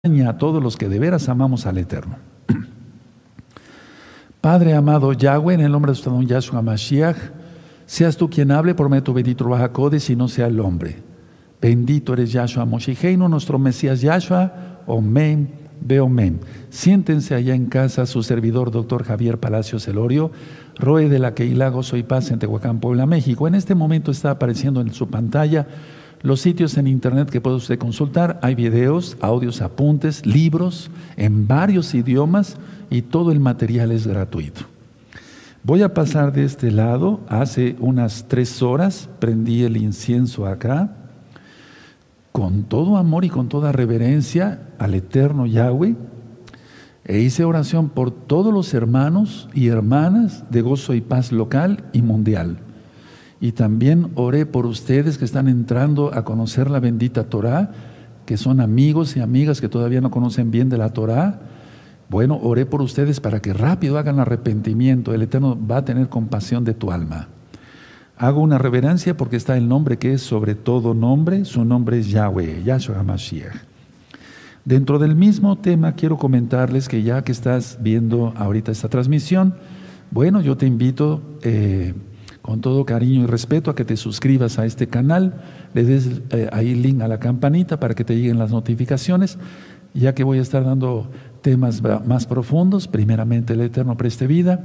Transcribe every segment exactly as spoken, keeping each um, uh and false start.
a todos los que de veras amamos al Eterno. Padre amado Yahweh, en el nombre de su don Yahshua Mashiach, seas tú quien hable por medio de tu bendito Ruach HaKodesh y no sea el hombre. Bendito eres Yahshua Moshicheinu, nuestro Mesías Yahshua, Omen, Beomen. Siéntense allá en casa, su servidor, doctor Javier Palacios Elorio, Roe de la Keilah Gozo y Paz en Tehuacán, Puebla, México. En este momento está apareciendo en su pantalla los sitios en internet que puede usted consultar. Hay videos, audios, apuntes, libros en varios idiomas y todo el material es gratuito. Voy a pasar de este lado. Hace unas tres horas prendí el incienso acá con todo amor y con toda reverencia al eterno Yahweh e hice oración por todos los hermanos y hermanas de Gozo y Paz local y mundial. Y también oré por ustedes que están entrando a conocer la bendita Torah, que son amigos y amigas que todavía no conocen bien de la Torah. Bueno, oré por ustedes para que rápido hagan arrepentimiento. El Eterno va a tener compasión de tu alma. Hago una reverencia porque está el nombre que es sobre todo nombre. Su nombre es Yahweh, Yahshua HaMashiach. Dentro del mismo tema quiero comentarles que ya que estás viendo ahorita esta transmisión, bueno, yo te invito eh, con todo cariño y respeto a que te suscribas a este canal, le des eh, ahí link a la campanita para que te lleguen las notificaciones, ya que voy a estar dando temas más profundos. Primeramente el Eterno preste vida.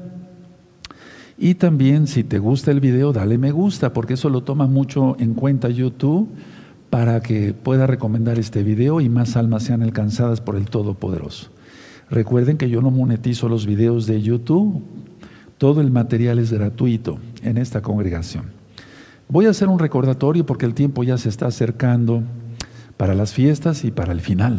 Y también, si te gusta el video, dale me gusta, porque eso lo toma mucho en cuenta YouTube para que pueda recomendar este video y más almas sean alcanzadas por el Todopoderoso. Recuerden que yo no monetizo los videos de YouTube. Todo el material es gratuito en esta congregación. Voy a hacer un recordatorio porque el tiempo ya se está acercando para las fiestas y para el final.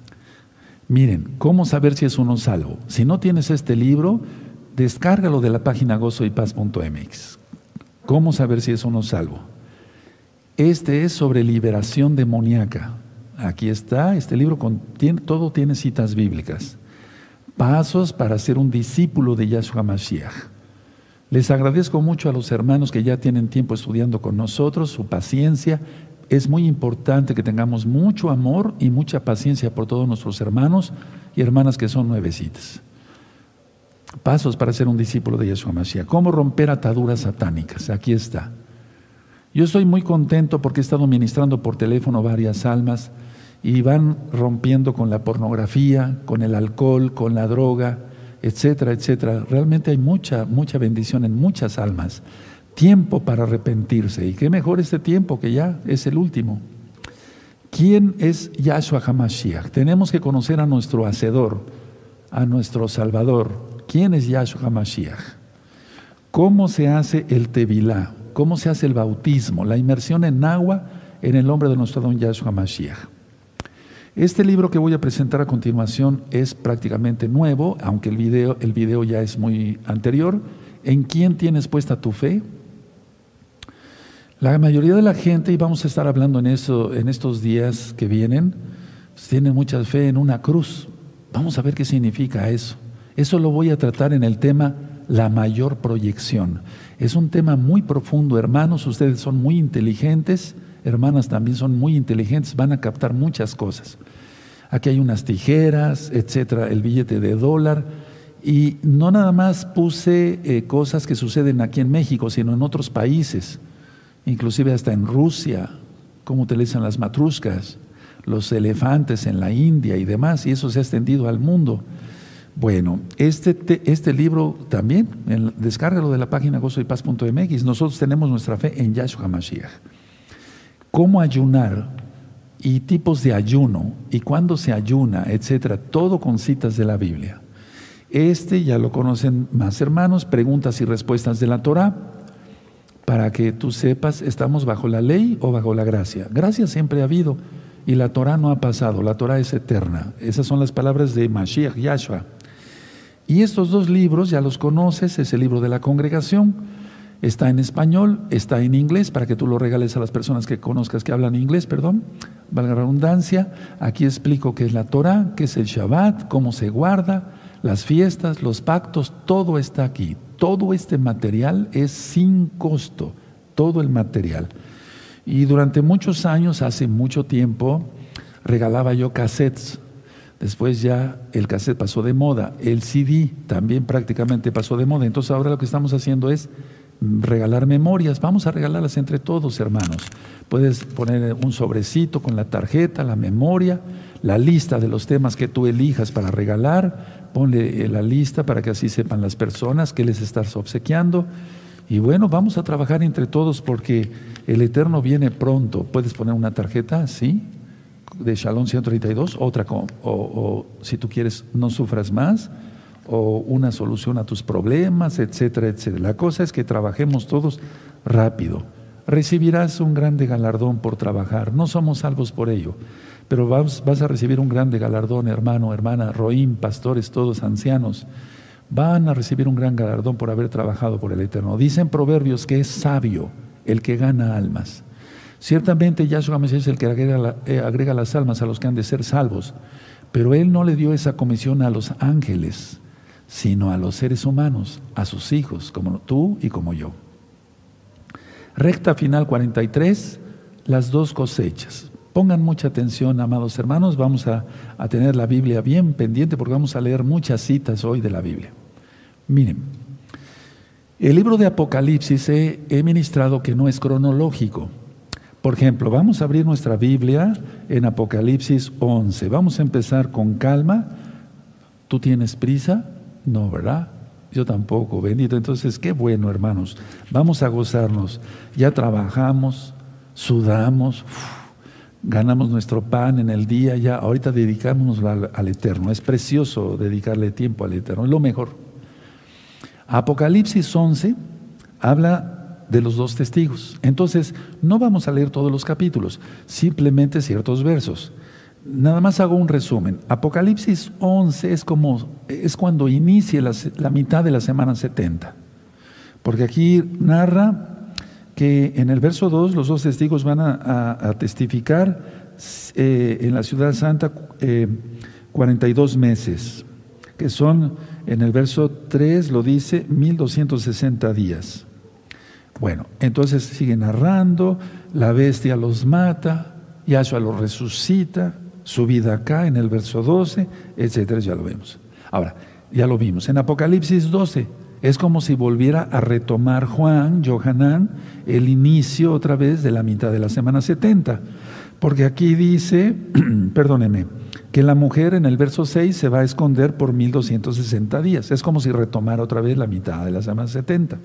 Miren, ¿cómo saber si es uno salvo? Si no tienes este libro, descárgalo de la página gozo y paz punto m x. ¿Cómo saber si es uno salvo? Este es sobre liberación demoníaca. Aquí está, este libro contiene, todo tiene citas bíblicas. Pasos para ser un discípulo de Yahshua Mashiach. Les agradezco mucho a los hermanos que ya tienen tiempo estudiando con nosotros, su paciencia. Es muy importante que tengamos mucho amor y mucha paciencia por todos nuestros hermanos y hermanas que son nuevecitas. Pasos para ser un discípulo de Yahshua Mashiach. ¿Cómo romper ataduras satánicas? Aquí está. Yo estoy muy contento porque he estado ministrando por teléfono varias almas y van rompiendo con la pornografía, con el alcohol, con la droga, etcétera, etcétera. Realmente hay mucha, mucha bendición en muchas almas. Tiempo para arrepentirse. Y qué mejor este tiempo que ya es el último. ¿Quién es Yahshua HaMashiach? Tenemos que conocer a nuestro Hacedor, a nuestro Salvador. ¿Quién es Yahshua HaMashiach? ¿Cómo se hace el Tevilá? ¿Cómo se hace el bautismo? La inmersión en agua en el nombre de nuestro don Yahshua HaMashiach. Este libro que voy a presentar a continuación es prácticamente nuevo, aunque el video, el video ya es muy anterior. ¿En quién tienes puesta tu fe? La mayoría de la gente, y vamos a estar hablando en eso en estos días que vienen, pues tienen mucha fe en una cruz. Vamos a ver qué significa eso. Eso lo voy a tratar en el tema la mayor proyección. Es un tema muy profundo, hermanos, ustedes son muy inteligentes, hermanas también son muy inteligentes, van a captar muchas cosas. Aquí hay unas tijeras, etcétera, el billete de dólar, y no nada más puse eh, cosas que suceden aquí en México, sino en otros países, inclusive hasta en Rusia, cómo utilizan las matruscas, los elefantes en la India y demás, y eso se ha extendido al mundo. Bueno, este, te, este libro también, en, descárgalo de la página gozo y paz punto m x. Nosotros tenemos nuestra fe en Yahshua HaMashiach. Cómo ayunar y tipos de ayuno y cuándo se ayuna, etcétera, todo con citas de la Biblia. Este ya lo conocen más hermanos, preguntas y respuestas de la Torah, para que tú sepas, ¿estamos bajo la ley o bajo la gracia? Gracia siempre ha habido y la Torah no ha pasado, la Torah es eterna. Esas son las palabras de Mashiach, Yahshua. Y estos dos libros ya los conoces, es el libro de la congregación, está en español, está en inglés, para que tú lo regales a las personas que conozcas que hablan inglés, perdón, valga la redundancia. Aquí explico qué es la Torah, qué es el Shabbat, cómo se guarda, las fiestas, los pactos, todo está aquí. Todo este material es sin costo, todo el material. Y durante muchos años, hace mucho tiempo, regalaba yo cassettes Después ya el cassette pasó de moda, el C D también prácticamente pasó de moda. Entonces ahora lo que estamos haciendo es regalar memorias. Vamos a regalarlas entre todos, hermanos. Puedes poner un sobrecito con la tarjeta, la memoria, la lista de los temas que tú elijas para regalar. Ponle la lista para que así sepan las personas que les estás obsequiando. Y bueno, vamos a trabajar entre todos porque el Eterno viene pronto. Puedes poner una tarjeta, ¿sí?, de Shalom ciento treinta y dos, otra con, o, o si tú quieres no sufras más, o una solución a tus problemas, etcétera, etcétera. La cosa es que trabajemos todos rápido. Recibirás un grande galardón por trabajar. No somos salvos por ello, pero vas, vas a recibir un grande galardón, hermano, hermana, roín, pastores, todos ancianos. Van a recibir un gran galardón por haber trabajado por el Eterno. Dicen Proverbios que es sabio el que gana almas. Ciertamente Yahshua Mesías es el que agrega, la, eh, agrega las almas a los que han de ser salvos, pero Él no le dio esa comisión a los ángeles, sino a los seres humanos, a sus hijos, como tú y como yo. Recta final cuarenta y tres, las dos cosechas. Pongan mucha atención, amados hermanos, vamos a, a tener la Biblia bien pendiente porque vamos a leer muchas citas hoy de la Biblia. Miren, el libro de Apocalipsis he, he ministrado que no es cronológico. Por ejemplo, vamos a abrir nuestra Biblia en Apocalipsis once. Vamos a empezar con calma. ¿Tú tienes prisa? No, ¿verdad? Yo tampoco, bendito. Entonces, qué bueno, hermanos. Vamos a gozarnos. Ya trabajamos, sudamos, uf, ganamos nuestro pan en el día. Ya ahorita dedicámonos al, al Eterno. Es precioso dedicarle tiempo al Eterno. Es lo mejor. Apocalipsis once habla de los dos testigos. Entonces, no vamos a leer todos los capítulos, simplemente ciertos versos. Nada más hago un resumen. Apocalipsis once es como, es cuando inicia la, la mitad de la semana setenta. Porque aquí narra que en el verso dos los dos testigos van a, a, a testificar eh, en la ciudad santa eh, cuarenta y dos meses, que son, en el verso tres lo dice, mil doscientos sesenta días. Bueno, entonces sigue narrando, la bestia los mata, Yahshua los resucita, su vida acá en el verso doce, etcétera, ya lo vemos. Ahora, ya lo vimos. En Apocalipsis doce, es como si volviera a retomar Juan, Yohanan, el inicio otra vez de la mitad de la semana setenta. Porque aquí dice, perdóneme, que la mujer en el verso seis se va a esconder por mil doscientos sesenta días. Es como si retomara otra vez la mitad de la semana setenta.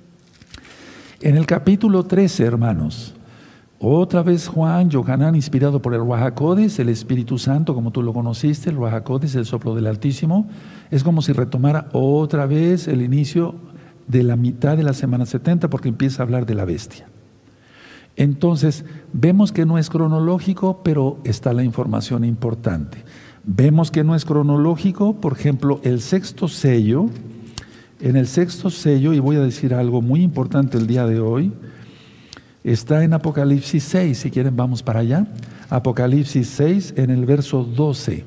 En el capítulo trece, hermanos, otra vez Juan, Yohanan, inspirado por el Ruach HaKodesh, el Espíritu Santo, como tú lo conociste, el Ruach HaKodesh, el soplo del Altísimo, es como si retomara otra vez el inicio de la mitad de la semana setenta, porque empieza a hablar de la bestia. Entonces, vemos que no es cronológico, pero está la información importante. Vemos que no es cronológico, por ejemplo, el sexto sello. En el sexto sello, y voy a decir algo muy importante el día de hoy, está en Apocalipsis seis, si quieren vamos para allá. Apocalipsis seis, en el verso doce.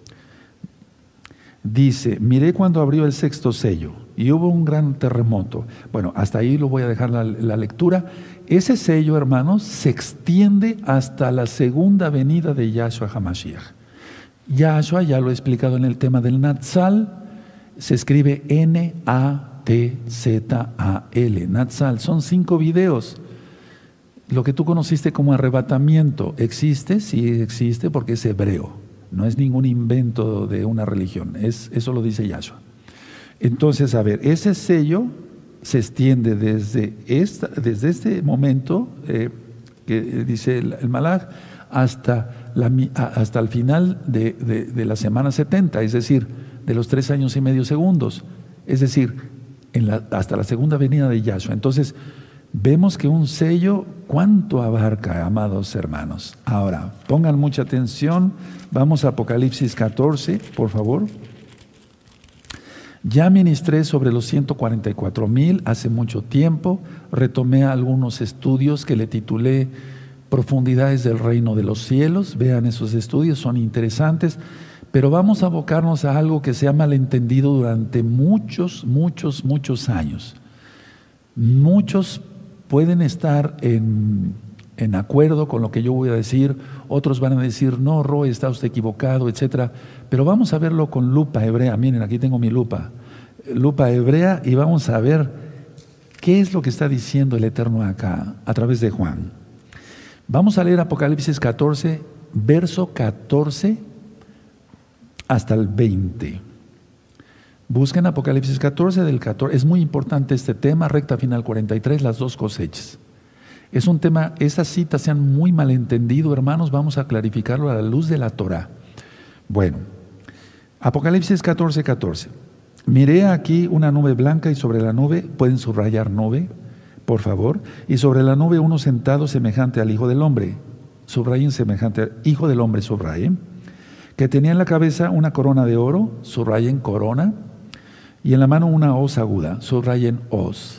Dice, miré cuando abrió el sexto sello y hubo un gran terremoto. Bueno, hasta ahí lo voy a dejar la, la lectura. Ese sello, hermanos, se extiende hasta la segunda venida de Yahshua HaMashiach. Yahshua, ya lo he explicado en el tema del Natsal, se escribe N A T Z A L, Natsal. Son cinco videos. Lo que tú conociste como arrebatamiento, ¿existe? Sí existe porque es hebreo. No es ningún invento de una religión. Es, eso lo dice Yahshua. Entonces, a ver, ese sello se extiende desde, esta, desde este momento, eh, que dice el, el Malaj, hasta, la, hasta el final de, de, de la semana setenta, es decir, de los tres años y medio segundos, es decir, en la, hasta la segunda venida de Yahshua. Entonces, vemos que un sello, ¿cuánto abarca, amados hermanos? Ahora, pongan mucha atención, vamos a Apocalipsis catorce, por favor. Ya ministré sobre los ciento cuarenta y cuatro mil hace mucho tiempo, retomé algunos estudios que le titulé Profundidades del Reino de los Cielos. Vean esos estudios, son interesantes. Pero vamos a abocarnos a algo que se ha malentendido durante muchos, muchos, muchos años. Muchos pueden estar en, en acuerdo con lo que yo voy a decir. Otros van a decir, no, Roy, está usted equivocado, etcétera. Pero vamos a verlo con lupa hebrea. Miren, aquí tengo mi lupa. Lupa hebrea, y vamos a ver qué es lo que está diciendo el Eterno acá, a través de Juan. Vamos a leer Apocalipsis catorce, verso catorce hasta el veinte. Busquen Apocalipsis catorce, del catorce. Es muy importante este tema, recta final cuarenta y tres, las dos cosechas. Es un tema, esas citas se han muy malentendido, hermanos, vamos a clarificarlo a la luz de la Torah. Bueno, Apocalipsis catorce, catorce. Miré aquí una nube blanca y sobre la nube, pueden subrayar nube, por favor, y sobre la nube uno sentado semejante al Hijo del Hombre. Subrayen semejante al Hijo del Hombre, subrayen. Que tenía en la cabeza una corona de oro, subrayen corona, y en la mano una hoz aguda, subrayen hoz.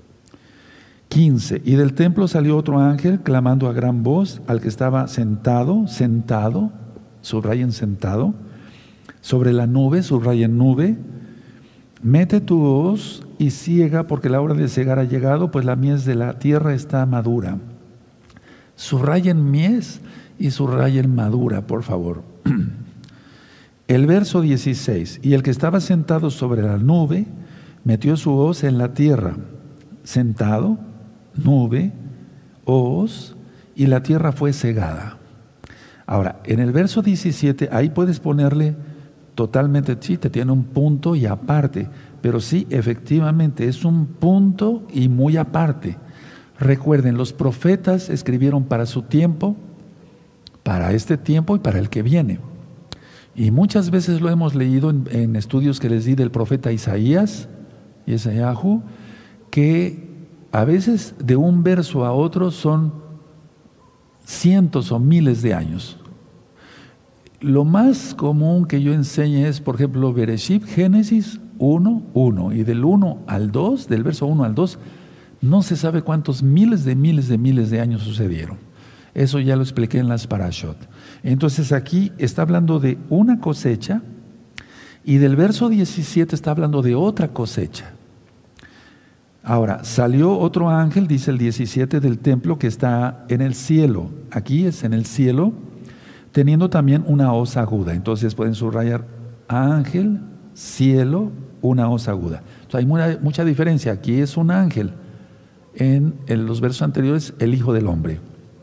quince. Y del templo salió otro ángel clamando a gran voz al que estaba sentado, sentado, subrayen sentado, sobre la nube, subrayen nube. Mete tu hoz y ciega, porque la hora de cegar ha llegado, pues la mies de la tierra está madura. Subrayen mies y subrayen madura, por favor. El verso dieciséis. Y el que estaba sentado sobre la nube metió su hoz en la tierra. Sentado, nube, hoz, y la tierra fue cegada. Ahora, en el verso diecisiete, ahí puedes ponerle totalmente, sí, te tiene un punto y aparte, pero sí, efectivamente, es un punto y muy aparte. Recuerden, los profetas escribieron para su tiempo, para este tiempo y para el que viene. Y muchas veces lo hemos leído en, en estudios que les di del profeta Isaías, Yesayahu, que a veces de un verso a otro son cientos o miles de años. Lo más común que yo enseñe es, por ejemplo, Bereshit, Génesis uno, uno, y del uno al dos, del verso uno al dos, no se sabe cuántos miles de miles de miles de años sucedieron. Eso ya lo expliqué en las Parashot. Entonces aquí está hablando de una cosecha, y del verso diecisiete está hablando de otra cosecha. Ahora, salió otro ángel, dice el diecisiete, del templo que está en el cielo. Aquí es en el cielo, teniendo también una hoz aguda. Entonces pueden subrayar ángel, cielo, una hoz aguda. Entonces hay mucha, mucha diferencia. Aquí es un ángel. En, en los versos anteriores, el Hijo del Hombre.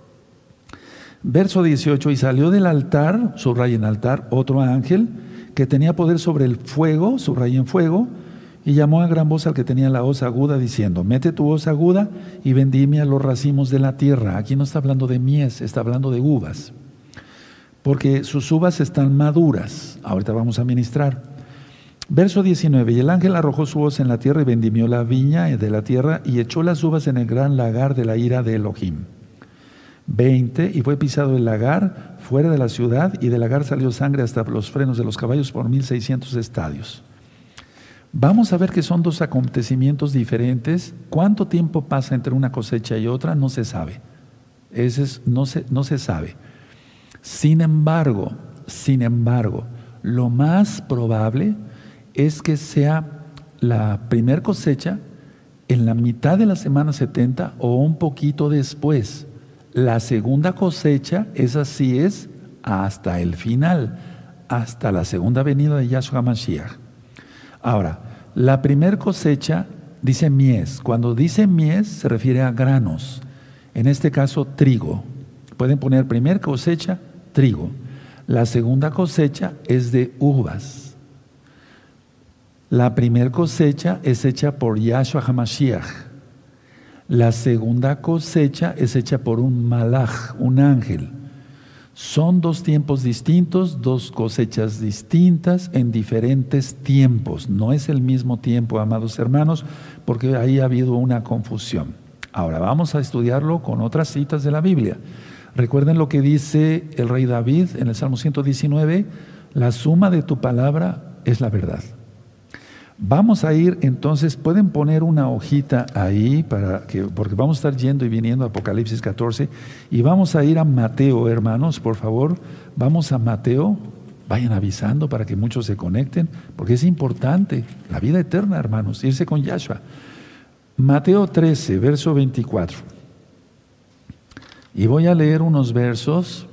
Verso dieciocho. Y salió del altar, subrayen altar, otro ángel que tenía poder sobre el fuego, subrayen fuego, y llamó a gran voz al que tenía la hoz aguda, diciendo: mete tu hoz aguda y vendimia los racimos de la tierra. Aquí no está hablando de mies, está hablando de uvas, porque sus uvas están maduras. Ahorita vamos a ministrar. Verso diecinueve. Y el ángel arrojó su hoz en la tierra y vendimió la viña de la tierra y echó las uvas en el gran lagar de la ira de Elohim. veinte. Y fue pisado el lagar fuera de la ciudad, y del lagar salió sangre hasta los frenos de los caballos por mil seiscientos estadios. Vamos a ver que son dos acontecimientos diferentes. ¿Cuánto tiempo pasa entre una cosecha y otra? No se sabe. Ese es, no se, no se sabe. Sin embargo, sin embargo, lo más probable es que sea la primer cosecha en la mitad de la semana setenta o un poquito después. La segunda cosecha, esa sí es hasta el final, hasta la segunda venida de Yahshua Mashiach. Ahora, la primer cosecha dice mies. Cuando dice mies se refiere a granos, en este caso trigo. Pueden poner primer cosecha, trigo. La segunda cosecha es de uvas. La primer cosecha es hecha por Yahshua HaMashiach. La segunda cosecha es hecha por un malach, un ángel. Son dos tiempos distintos, dos cosechas distintas en diferentes tiempos. No es el mismo tiempo, amados hermanos, porque ahí ha habido una confusión. Ahora vamos a estudiarlo con otras citas de la Biblia. Recuerden lo que dice el rey David en el Salmo ciento diecinueve: la suma de tu palabra es la verdad. Vamos a ir entonces, pueden poner una hojita ahí, para que, porque vamos a estar yendo y viniendo a Apocalipsis catorce, y vamos a ir a Mateo, hermanos, por favor. Vamos a Mateo, vayan avisando para que muchos se conecten, porque es importante, la vida eterna, hermanos, irse con Yahshua. Mateo trece, verso veinticuatro. Y voy a leer unos versos.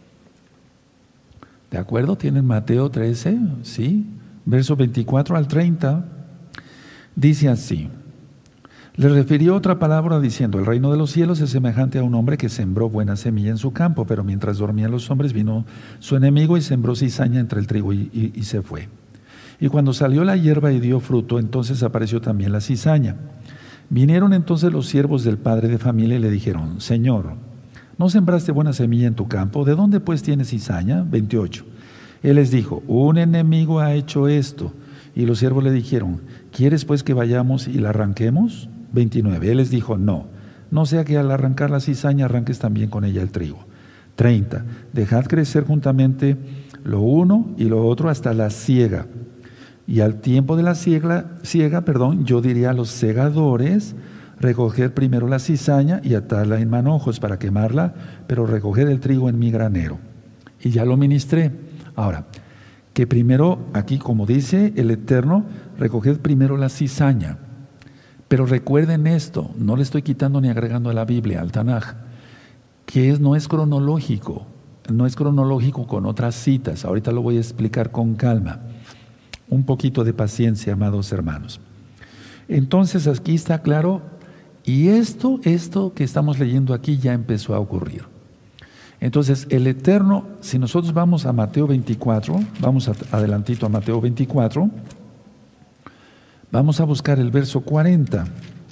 ¿De acuerdo? ¿Tienen Mateo trece? Sí. Versos veinticuatro al treinta. Dice así. Le refirió otra palabra diciendo: el reino de los cielos es semejante a un hombre que sembró buena semilla en su campo, pero mientras dormían los hombres vino su enemigo y sembró cizaña entre el trigo y, y, y se fue. Y cuando salió la hierba y dio fruto, entonces apareció también la cizaña. Vinieron entonces los siervos del padre de familia y le dijeron: Señor, ¿no sembraste buena semilla en tu campo? ¿De dónde pues tienes cizaña? veintiocho. Él les dijo: un enemigo ha hecho esto. Y los siervos le dijeron: ¿quieres pues que vayamos y la arranquemos? veintinueve. Él les dijo: no, no sea que al arrancar la cizaña arranques también con ella el trigo. treinta. Dejad crecer juntamente lo uno y lo otro hasta la siega. Y al tiempo de la siega, siega, perdón, yo diría a los segadores: recoger primero la cizaña y atarla en manojos para quemarla, pero recoger el trigo en mi granero. Y ya lo ministré. Ahora, que primero, aquí como dice el Eterno, recoged primero la cizaña. Pero recuerden esto, no le estoy quitando ni agregando a la Biblia, al Tanaj, que es, no es cronológico, no es cronológico con otras citas. Ahorita lo voy a explicar con calma. Un poquito de paciencia, amados hermanos. Entonces aquí está claro, y esto, esto que estamos leyendo aquí ya empezó a ocurrir. Entonces el Eterno, si nosotros vamos a Mateo veinticuatro, vamos a, adelantito a Mateo veinticuatro, vamos a buscar el verso cuarenta.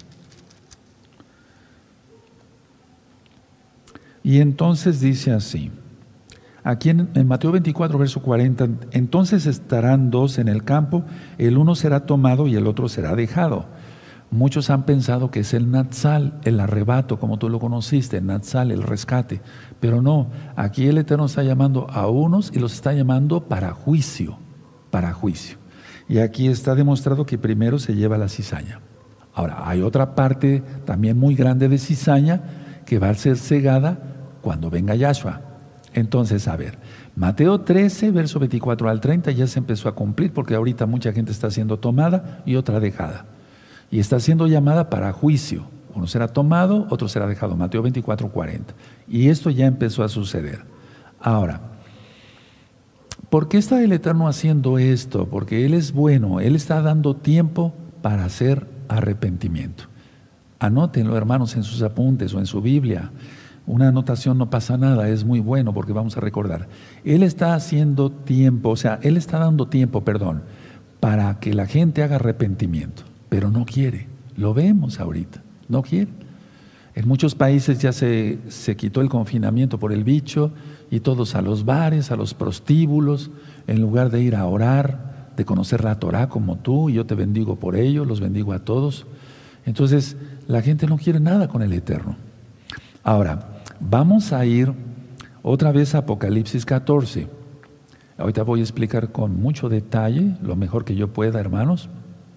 Y entonces dice así, aquí en, en Mateo veinticuatro, verso cuarenta, entonces estarán dos en el campo, el uno será tomado y el otro será dejado. Muchos han pensado que es el Natsal, el arrebato, como tú lo conociste, el Natsal, el rescate. Pero no, aquí el Eterno está llamando a unos y los está llamando para juicio, para juicio. Y aquí está demostrado que primero se lleva la cizaña. Ahora, hay otra parte también muy grande de cizaña que va a ser cegada cuando venga Yahshua. Entonces, a ver, Mateo trece, verso veinticuatro al treinta ya se empezó a cumplir porque ahorita mucha gente está siendo tomada y otra dejada. Y está siendo llamada para juicio. Uno será tomado, otro será dejado. Mateo veinticuatro, cuarenta. Y esto ya empezó a suceder. Ahora, ¿por qué está el Eterno haciendo esto? Porque Él es bueno, Él está dando tiempo para hacer arrepentimiento. Anótenlo, hermanos, en sus apuntes o en su Biblia. Una anotación no pasa nada, es muy bueno porque vamos a recordar. Él está haciendo tiempo, o sea, Él está dando tiempo, perdón, para que la gente haga arrepentimiento. Pero no quiere, lo vemos ahorita, no quiere. En muchos países ya se, se quitó el confinamiento por el bicho y todos a los bares, a los prostíbulos, en lugar de ir a orar, de conocer la Torah como tú, y yo te bendigo por ello, los bendigo a todos. Entonces, la gente no quiere nada con el Eterno. Ahora, vamos a ir otra vez a Apocalipsis catorce. Ahorita voy a explicar con mucho detalle, lo mejor que yo pueda, hermanos.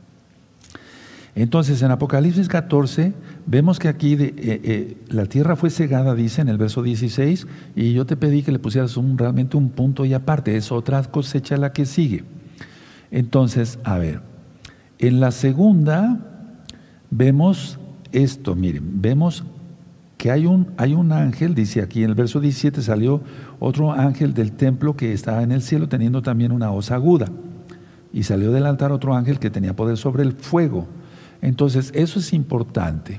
Entonces, en Apocalipsis catorce, vemos que aquí de, eh, eh, la tierra fue cegada, dice en el verso dieciséis, y yo te pedí que le pusieras un, realmente un punto y aparte, es otra cosecha la que sigue. Entonces, a ver, en la segunda vemos esto, miren, vemos que hay un, hay un ángel, dice aquí en el verso diecisiete, salió otro ángel del templo que estaba en el cielo teniendo también una hoz aguda, y salió del altar otro ángel que tenía poder sobre el fuego. Entonces, eso es importante.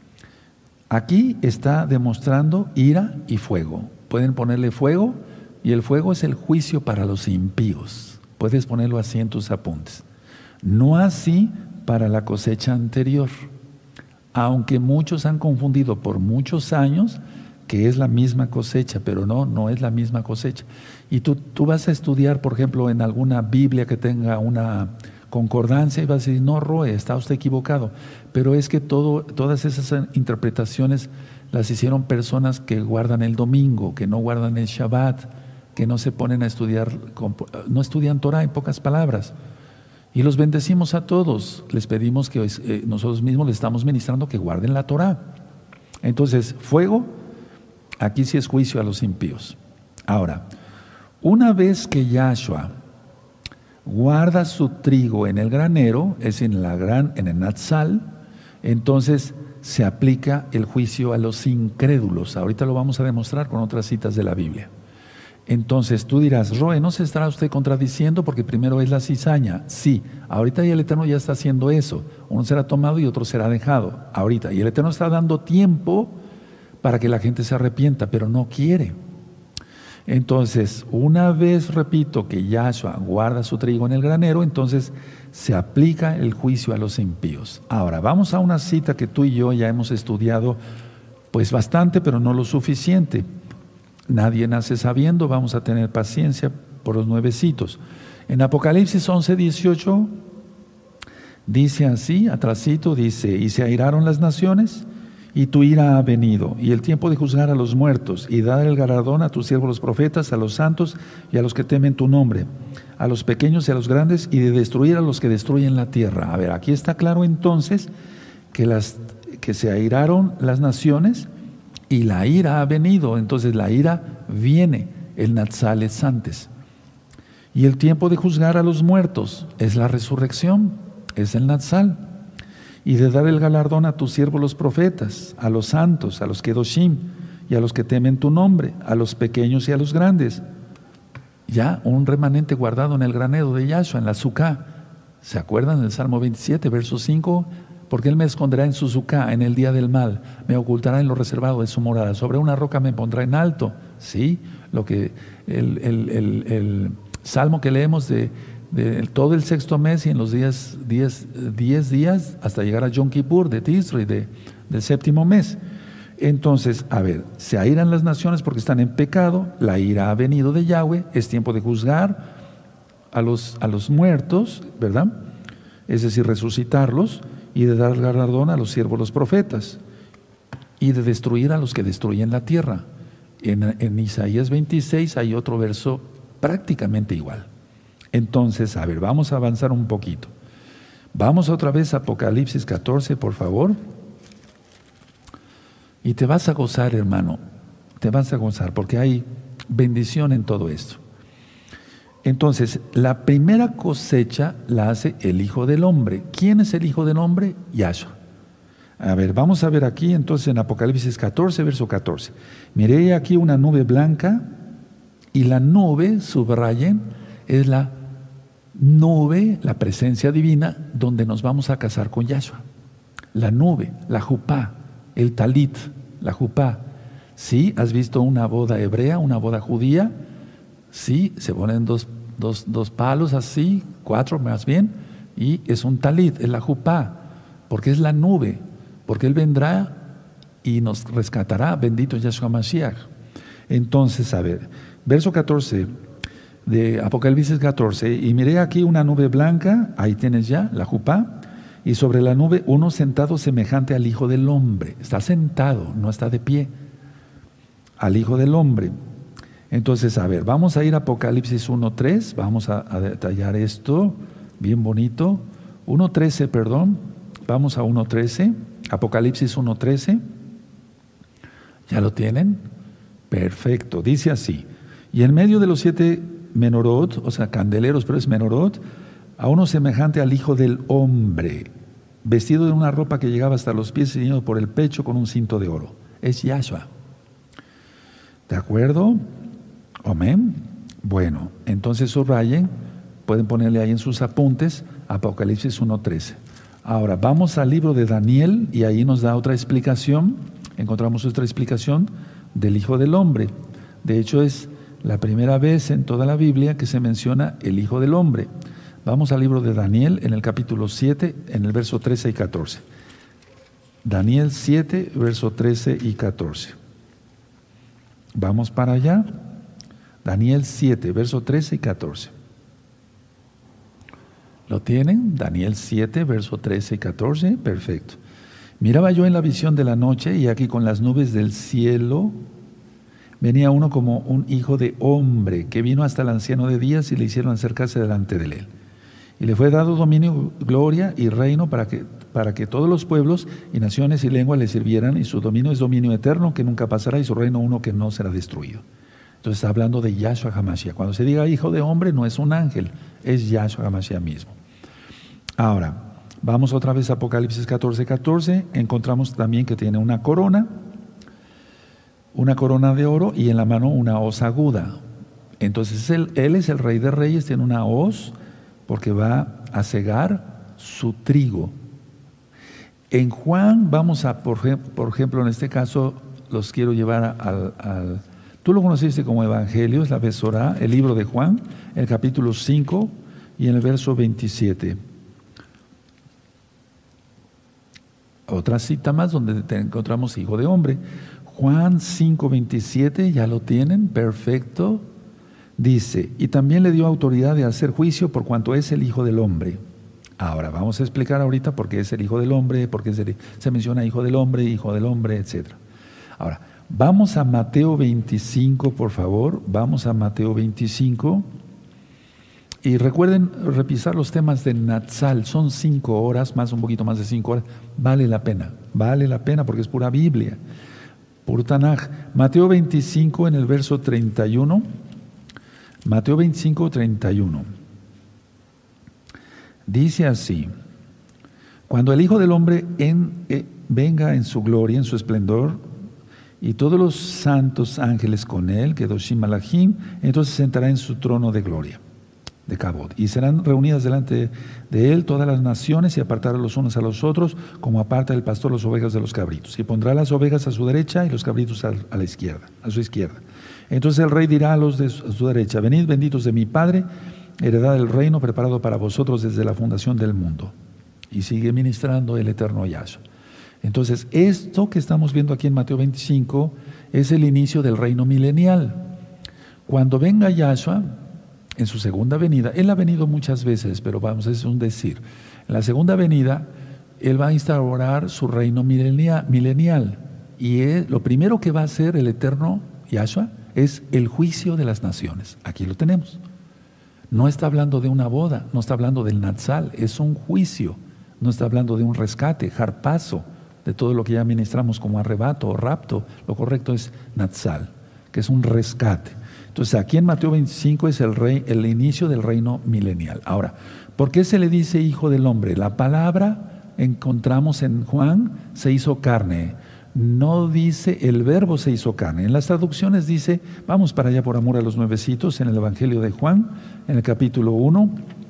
Aquí está demostrando ira y fuego. Pueden ponerle fuego, y el fuego es el juicio para los impíos. Puedes ponerlo así en tus apuntes. No así para la cosecha anterior. Aunque muchos han confundido por muchos años que es la misma cosecha, pero no, no es la misma cosecha. Y tú, tú vas a estudiar, por ejemplo, en alguna Biblia que tenga una concordancia y vas a decir, no, Roe, está usted equivocado. Pero es que todo, todas esas interpretaciones las hicieron personas que guardan el domingo, que no guardan el Shabbat, que no se ponen a estudiar, no estudian Torah, en pocas palabras. Y los bendecimos a todos, les pedimos que eh, nosotros mismos les estamos ministrando que guarden la Torah. Entonces, fuego, aquí sí es juicio a los impíos. Ahora, una vez que Yahshua guarda su trigo en el granero, es en, la gran, en el Natsal, entonces se aplica el juicio a los incrédulos. Ahorita lo vamos a demostrar con otras citas de la Biblia. Entonces tú dirás, Roe, ¿no se estará usted contradiciendo porque primero es la cizaña? Sí, ahorita ya el Eterno ya está haciendo eso. Uno será tomado y otro será dejado. Ahorita. Y el Eterno está dando tiempo para que la gente se arrepienta, pero no quiere. Entonces, una vez repito que Yahshua guarda su trigo en el granero, entonces se aplica el juicio a los impíos. Ahora, vamos a una cita que tú y yo ya hemos estudiado pues bastante, pero no lo suficiente. Nadie nace sabiendo, vamos a tener paciencia por los nuevecitos. En Apocalipsis once, dieciocho, dice así, atrasito, dice, y se airaron las naciones, y tu ira ha venido, y el tiempo de juzgar a los muertos, y dar el galardón a tus siervos los profetas, a los santos y a los que temen tu nombre, a los pequeños y a los grandes, y de destruir a los que destruyen la tierra. A ver, aquí está claro entonces que, las, que se airaron las naciones, y la ira ha venido, entonces la ira viene, el Natsal es antes. Y el tiempo de juzgar a los muertos es la resurrección, es el Natsal. Y de dar el galardón a tus siervos los profetas, a los santos, a los kedoshim, y a los que temen tu nombre, a los pequeños y a los grandes. Ya un remanente guardado en el granero de Yahshua, en la Sukkah. ¿Se acuerdan del Salmo veintisiete, verso cinco? Porque Él me esconderá en su Sukkah en el día del mal, me ocultará en lo reservado de su morada, sobre una roca me pondrá en alto. Sí, lo que el, el, el, el salmo que leemos de, de todo el sexto mes y en los días, diez, diez días hasta llegar a Yom Kippur de Tisri, de, del séptimo mes. Entonces, a ver, se airan las naciones porque están en pecado, la ira ha venido de Yahweh, es tiempo de juzgar a los, a los muertos, ¿verdad? Es decir, resucitarlos, y de dar galardón a los siervos los profetas, y de destruir a los que destruyen la tierra. En, en Isaías veintiséis hay otro verso prácticamente igual. Entonces, a ver, vamos a avanzar un poquito. Vamos otra vez a Apocalipsis catorce, por favor. Y te vas a gozar, hermano, te vas a gozar, porque hay bendición en todo esto. Entonces, la primera cosecha la hace el Hijo del Hombre. ¿Quién es el Hijo del Hombre? Yahshua. A ver, vamos a ver aquí entonces en Apocalipsis catorce, verso catorce. Miré aquí una nube blanca, y la nube, subrayen, es la nube, la presencia divina, donde nos vamos a casar con Yahshua. La nube, la jupá, el talit, la jupá. ¿Sí? ¿Has visto una boda hebrea, una boda judía? Sí, se ponen dos, dos, dos palos así, cuatro más bien, y es un talit, es la jupá, porque es la nube, porque Él vendrá y nos rescatará, bendito Yahshua Mashiach. Entonces, a ver, verso catorce de Apocalipsis catorce, y miré aquí una nube blanca, ahí tienes ya la jupá, y sobre la nube uno sentado semejante al Hijo del Hombre. Está sentado, no está de pie, al Hijo del Hombre. Entonces, a ver, vamos a ir a Apocalipsis uno tres, vamos a, a detallar esto, bien bonito. uno trece, perdón, vamos a uno trece, Apocalipsis uno trece. ¿Ya lo tienen? Perfecto, dice así. Y en medio de los siete menorot, o sea, candeleros, pero es menorot, a uno semejante al Hijo del Hombre, vestido de una ropa que llegaba hasta los pies, ceñido por el pecho con un cinto de oro. Es Yahshua. ¿De acuerdo? Amén. Bueno, entonces subrayen, pueden ponerle ahí en sus apuntes, Apocalipsis uno trece. Ahora, vamos al libro de Daniel y ahí nos da otra explicación, encontramos otra explicación del Hijo del Hombre. De hecho, es la primera vez en toda la Biblia que se menciona el Hijo del Hombre. Vamos al libro de Daniel en el capítulo siete, en el verso trece y catorce. Daniel siete, verso trece y catorce. Vamos para allá. Daniel siete, verso trece y catorce. ¿Lo tienen? Daniel siete, verso trece y catorce. Perfecto. Miraba yo en la visión de la noche, y aquí con las nubes del cielo venía uno como un hijo de hombre, que vino hasta el anciano de días y le hicieron acercarse delante de él. Y le fue dado dominio, gloria y reino para que, para que todos los pueblos y naciones y lenguas le sirvieran, y su dominio es dominio eterno que nunca pasará, y su reino uno que no será destruido. Entonces está hablando de Yahshua HaMashiach. Cuando se diga hijo de hombre, no es un ángel, es Yahshua HaMashiach mismo. Ahora, Vamos otra vez a Apocalipsis catorce, catorce. Encontramos también que tiene una corona, una corona de oro y en la mano una hoz aguda. Entonces él, él es el Rey de Reyes, tiene una hoz porque va a cegar su trigo. En Juan vamos a, por, por ejemplo, en este caso los quiero llevar al, al tú lo conociste como Evangelio, es la Besorá, el libro de Juan, el capítulo cinco y en el verso veintisiete. Otra cita más donde encontramos hijo de hombre. Juan cinco, veintisiete, ya lo tienen, perfecto. Dice, y también le dio autoridad de hacer juicio por cuanto es el Hijo del Hombre. Ahora, vamos a explicar ahorita por qué es el Hijo del Hombre, por qué se, se menciona Hijo del Hombre, Hijo del Hombre, etcétera. Ahora, vamos a Mateo veinticinco, por favor. Vamos a Mateo veinticinco. Y recuerden revisar los temas de Natsal. Son cinco horas, más un poquito más de cinco horas. Vale la pena, vale la pena porque es pura Biblia, puro Tanaj. Mateo veinticinco en el verso treinta y uno. Mateo veinticinco, treinta y uno. Dice así: cuando el Hijo del Hombre en, eh, venga en su gloria, en su esplendor, y todos los santos ángeles con él, Kedoshim Malachim, entonces sentará en su trono de gloria, de Kabod, y serán reunidas delante de él todas las naciones y apartará los unos a los otros, como aparta el pastor las ovejas de los cabritos, y pondrá las ovejas a su derecha y los cabritos a, a la izquierda, a su izquierda. Entonces el rey dirá a los de su, a su derecha: venid benditos de mi Padre, heredad del reino preparado para vosotros desde la fundación del mundo. Y sigue ministrando el eterno Yahshua. Entonces, esto que estamos viendo aquí en Mateo veinticinco es el inicio del reino milenial. Cuando venga Yahshua en su segunda venida, Él ha venido muchas veces, pero vamos, es un decir. En la segunda venida, Él va a instaurar su reino milenial. Y él, lo primero que va a hacer el eterno Yahshua es el juicio de las naciones. Aquí lo tenemos. No está hablando de una boda, no está hablando del Natsal, es un juicio. No está hablando de un rescate, harpazo, de todo lo que ya ministramos como arrebato o rapto. Lo correcto es Natsal, que es un rescate. Entonces aquí en Mateo veinticinco es el, rey, el inicio del reino milenial. Ahora, ¿por qué se le dice Hijo del Hombre? La palabra encontramos en Juan, se hizo carne. No dice el verbo se hizo carne. En las traducciones dice, vamos para allá por amor a los nuevecitos, en el Evangelio de Juan, en el capítulo uno,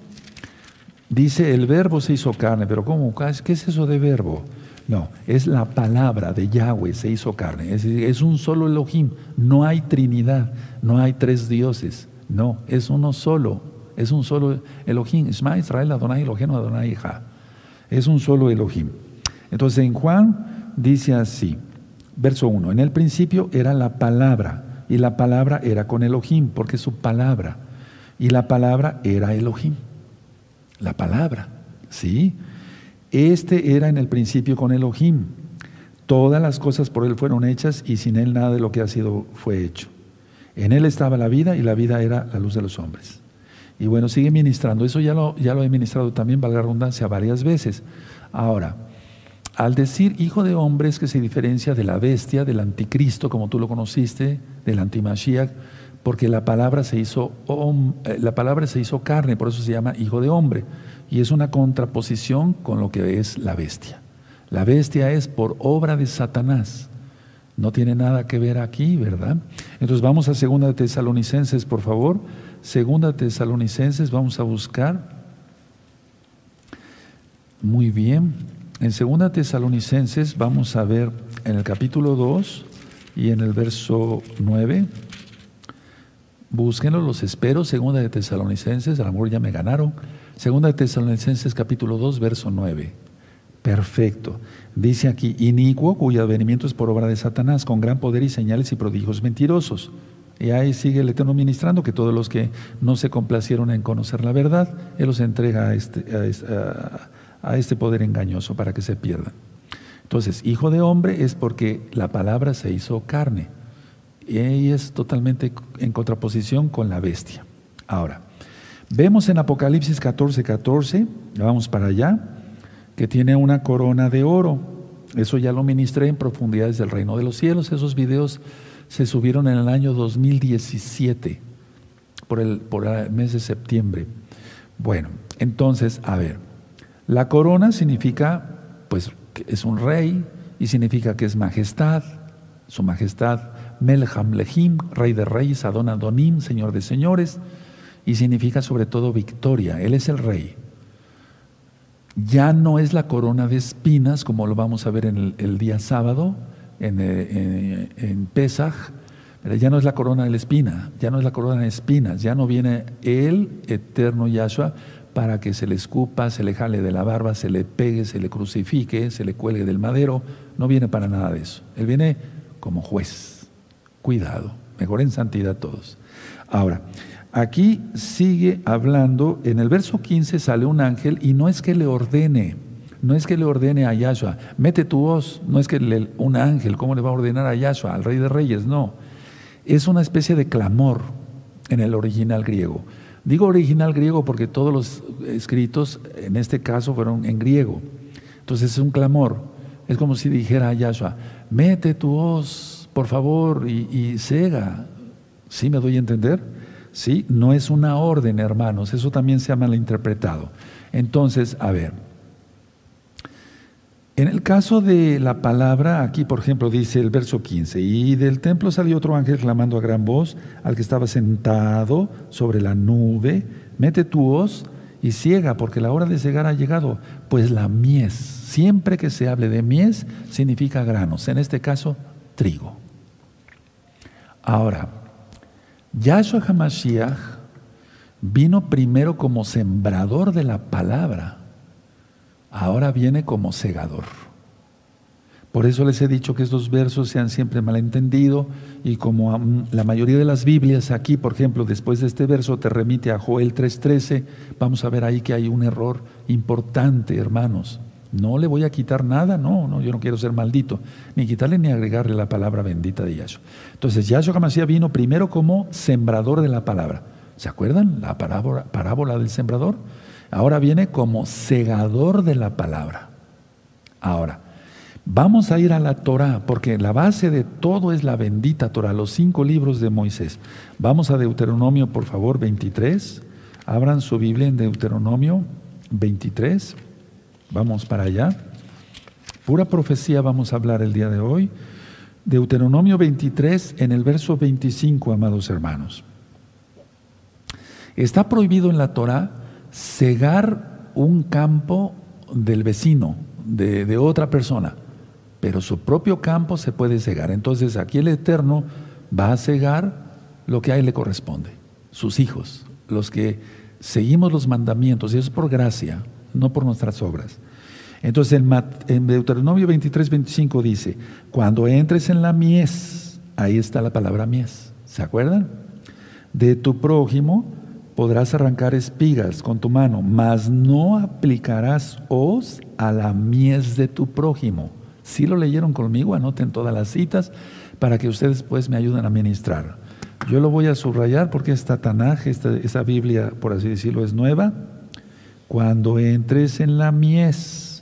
dice el verbo se hizo carne. Pero ¿cómo? ¿Qué es eso de verbo? No, es la palabra de Yahweh se hizo carne. Es, es un solo Elohim. No hay Trinidad, no hay tres dioses. No, es uno solo. Es un solo Elohim. Shema Israel Adonai Eloheinu Adonai Echad. Es un solo Elohim. Entonces en Juan dice así, verso uno, en el principio era la palabra, y la palabra era con Elohim, porque es su palabra, y la palabra era Elohim. La palabra, ¿sí? Este era en el principio con Elohim. Todas las cosas por él fueron hechas, y sin él nada de lo que ha sido fue hecho. En él estaba la vida, y la vida era la luz de los hombres. Y bueno, sigue ministrando. Eso ya lo, ya lo he ministrado también, valga la redundancia, varias veces. Ahora, al decir hijo de hombre es que se diferencia de la bestia, del anticristo, como tú lo conociste, del antimashiach, porque la palabra se hizo, la palabra se hizo carne, por eso se llama hijo de hombre. Y es una contraposición con lo que es la bestia. La bestia es por obra de Satanás. No tiene nada que ver aquí, ¿verdad? Entonces vamos a Segunda de Tesalonicenses, por favor. Segunda de Tesalonicenses, vamos a buscar. Muy bien. En Segunda Tesalonicenses vamos a ver en el capítulo dos y en el verso nueve. Búsquenlo, los espero. Segunda de Tesalonicenses, a lo mejor ya me ganaron. Segunda de Tesalonicenses capítulo dos, verso nueve. Perfecto. Dice aquí, inicuo, cuyo advenimiento es por obra de Satanás, con gran poder y señales y prodigios mentirosos. Y ahí sigue el Eterno ministrando que todos los que no se complacieron en conocer la verdad, Él los entrega a este, a este, a, a este poder engañoso para que se pierdan. Entonces, hijo de hombre es porque la palabra se hizo carne. Y es totalmente en contraposición con la bestia. Ahora, vemos en Apocalipsis catorce, catorce, vamos para allá, que tiene una corona de oro. Eso ya lo ministré en profundidades del reino de los cielos. Esos videos se subieron en el año dos mil diecisiete, por el, por el mes de septiembre. Bueno, entonces, a ver, La corona significa, pues, que es un rey y significa que es majestad, su majestad, Melech Hamlechim, rey de reyes, Adon Adonim, señor de señores, y significa sobre todo victoria. Él es el rey. Ya no es la corona de espinas, como lo vamos a ver en el, el día sábado, en, en, en Pesaj, pero ya no es la corona de la espina, ya no es la corona de espinas, ya no viene el eterno Yahshua para que se le escupa, se le jale de la barba, se le pegue, se le crucifique, se le cuelgue del madero. No viene para nada de eso. Él viene como juez. Cuidado, mejor en santidad todos. Ahora, aquí sigue hablando, en el verso quince sale un ángel y no es que le ordene, no es que le ordene a Yahshua, mete tu voz, no es que le, un ángel, ¿cómo le va a ordenar a Yahshua, al Rey de Reyes? No, es una especie de clamor en el original griego. Digo original griego porque todos los escritos en este caso fueron en griego. Entonces es un clamor, es como si dijera a Yahshua, mete tu voz, por favor, y, y cega. ¿Sí me doy a entender? Sí, no es una orden, hermanos, eso también se ha malinterpretado. Entonces, a ver, en el caso de la palabra, aquí por ejemplo dice el verso quince, y del templo salió otro ángel clamando a gran voz al que estaba sentado sobre la nube, mete tu voz y ciega, porque la hora de cegar ha llegado, pues la mies, siempre que se hable de mies, significa granos, en este caso, trigo. Ahora, Yahshua HaMashiach vino primero como sembrador de la palabra, ahora viene como segador. Por eso les he dicho que estos versos se han siempre malentendido y como la mayoría de las Biblias aquí, por ejemplo, después de este verso te remite a Joel tres trece, vamos a ver ahí que hay un error importante, hermanos. No le voy a quitar nada, no, no, yo no quiero ser maldito, ni quitarle ni agregarle la palabra bendita de Yahshua. Entonces, Yahshua HaMashiach vino primero como sembrador de la palabra. ¿Se acuerdan? La parábola, parábola del sembrador. Ahora viene como segador de la palabra. Ahora, vamos a ir a la Torah, porque la base de todo es la bendita Torah, los cinco libros de Moisés. Vamos a Deuteronomio, por favor, veintitrés. Abran su Biblia en Deuteronomio veintitrés. Vamos para allá. Pura profecía vamos a hablar el día de hoy. Deuteronomio veintitrés, en el verso veinticinco, amados hermanos. Está prohibido en la Torah cegar un campo del vecino, de, de otra persona, pero su propio campo se puede cegar. Entonces aquí el Eterno va a cegar lo que a él le corresponde, sus hijos, los que seguimos los mandamientos, y eso es por gracia, no por nuestras obras. Entonces en Deuteronomio veintitrés, veinticinco dice, cuando entres en la mies, ahí está la palabra mies, ¿se acuerdan? De tu prójimo podrás arrancar espigas con tu mano, mas no aplicarás hoz a la mies de tu prójimo. Si lo leyeron conmigo, anoten todas las citas para que ustedes pues me ayuden a ministrar. Yo lo voy a subrayar porque esta Tanaj, esta, esa Biblia, por así decirlo, es nueva. Cuando entres en la mies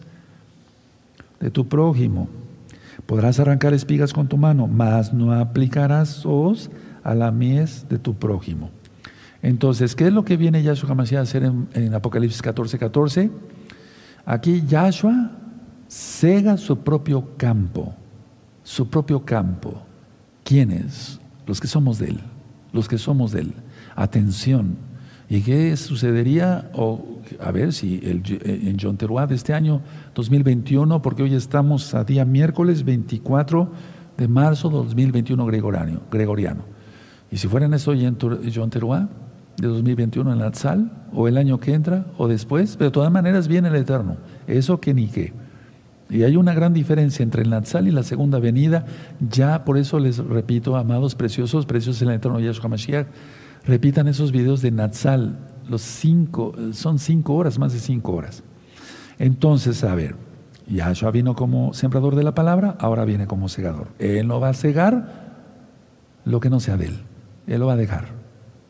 de tu prójimo, podrás arrancar espigas con tu mano, mas no aplicarás hoz a la mies de tu prójimo. Entonces, ¿qué es lo que viene Yahshua HaMashiach a hacer en, en Apocalipsis catorce, catorce? Aquí Yahshua cega su propio campo, su propio campo. ¿Quiénes? Los que somos de Él, los que somos de Él. Atención. ¿Y qué sucedería? O, a ver si el, en Yom Teruah de este año dos mil veintiuno, porque hoy estamos a día miércoles veinticuatro de marzo de dos mil veintiuno gregoriano. gregoriano. Y si fuera en eso en Yom Teruah de dos mil veintiuno en Natsal, o el año que entra, o después, pero de todas maneras viene el Eterno. Eso que ni qué. Y hay una gran diferencia entre el Natsal y la segunda venida. Ya por eso les repito, amados, preciosos, preciosos en el Eterno Yahshua HaMashiach, repitan esos videos de Natsal, los cinco, son cinco horas, más de cinco horas. Entonces, a ver, Yahshua vino como sembrador de la palabra, ahora viene como segador. Él no va a cegar lo que no sea de Él, Él lo va a dejar.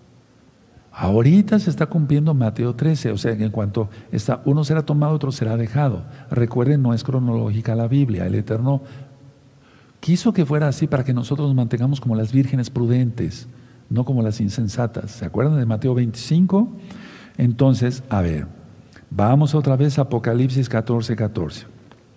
Ahorita se está cumpliendo Mateo trece, o sea que en cuanto está, uno será tomado, otro será dejado. Recuerden, no es cronológica la Biblia, el Eterno quiso que fuera así para que nosotros nos mantengamos como las vírgenes prudentes, no como las insensatas. ¿Se acuerdan de Mateo veinticinco? Entonces, a ver, Vamos otra vez a Apocalipsis catorce, catorce.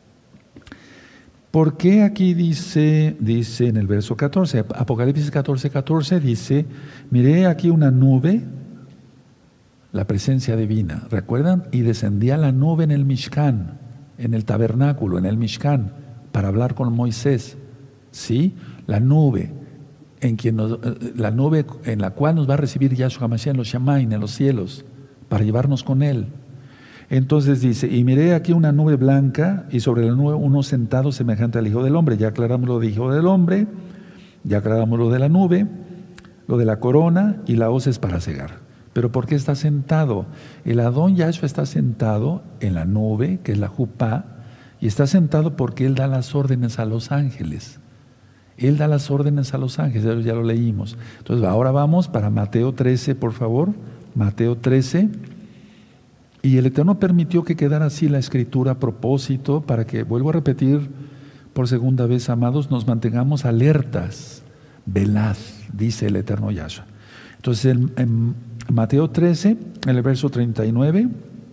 ¿Por qué aquí dice, dice en el verso catorce, Apocalipsis catorce, catorce dice, miré aquí una nube, la presencia divina, ¿recuerdan? Y descendía la nube en el Mishkan, en el tabernáculo, en el Mishkan, para hablar con Moisés, ¿sí? La nube, en quien nos, la nube en la cual nos va a recibir Yahshua Mashiach en los Shamaim, en los cielos, para llevarnos con él. Entonces dice, y miré aquí una nube blanca y sobre la nube uno sentado semejante al Hijo del Hombre. Ya aclaramos lo de Hijo del Hombre, ya aclaramos lo de la nube, lo de la corona y la hoz es para cegar. Pero ¿por qué está sentado? El Adón Yahshua está sentado en la nube, que es la Jupá, y está sentado porque Él da las órdenes a los ángeles. Él da las órdenes a los ángeles, ya lo leímos. Entonces ahora vamos para Mateo trece, por favor, Mateo trece. Y el Eterno permitió que quedara así la escritura a propósito para que, vuelvo a repetir por segunda vez, amados, nos mantengamos alertas. Velad, dice el Eterno Yahshua. Entonces en, en Mateo trece, en el verso treinta y nueve,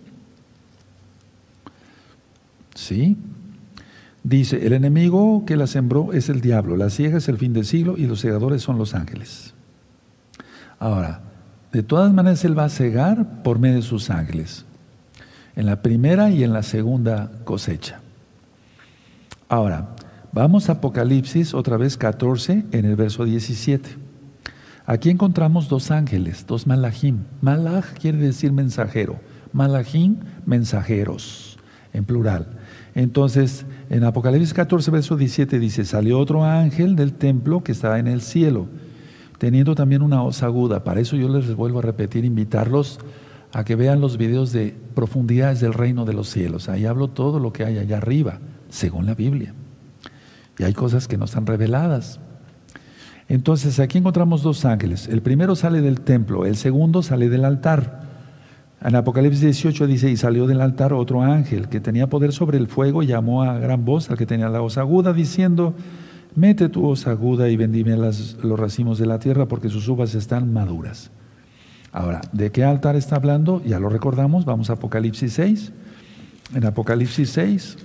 ¿sí? Dice, el enemigo que la sembró es el diablo, la siega es el fin del siglo y los segadores son los ángeles. Ahora, de todas maneras Él va a cegar por medio de sus ángeles, en la primera y en la segunda cosecha. Ahora, vamos a Apocalipsis, otra vez catorce, en el verso diecisiete. Aquí encontramos dos ángeles, dos malachim. Malach quiere decir mensajero, malachim, mensajeros, en plural. Entonces, en Apocalipsis catorce, verso diecisiete dice, salió otro ángel del templo que estaba en el cielo, teniendo también una hoz aguda. Para eso yo les vuelvo a repetir, invitarlos a que vean los videos de profundidades del reino de los cielos. Ahí hablo todo lo que hay allá arriba, según la Biblia. Y hay cosas que no están reveladas. Entonces, aquí encontramos dos ángeles. El primero sale del templo, el segundo sale del altar. En Apocalipsis dieciocho dice, y salió del altar otro ángel que tenía poder sobre el fuego y llamó a gran voz al que tenía la hoz aguda, diciendo, mete tu hoz aguda y vendime las, los racimos de la tierra, porque sus uvas están maduras. Ahora, ¿de qué altar está hablando? Ya lo recordamos, vamos a Apocalipsis seis. En Apocalipsis seis,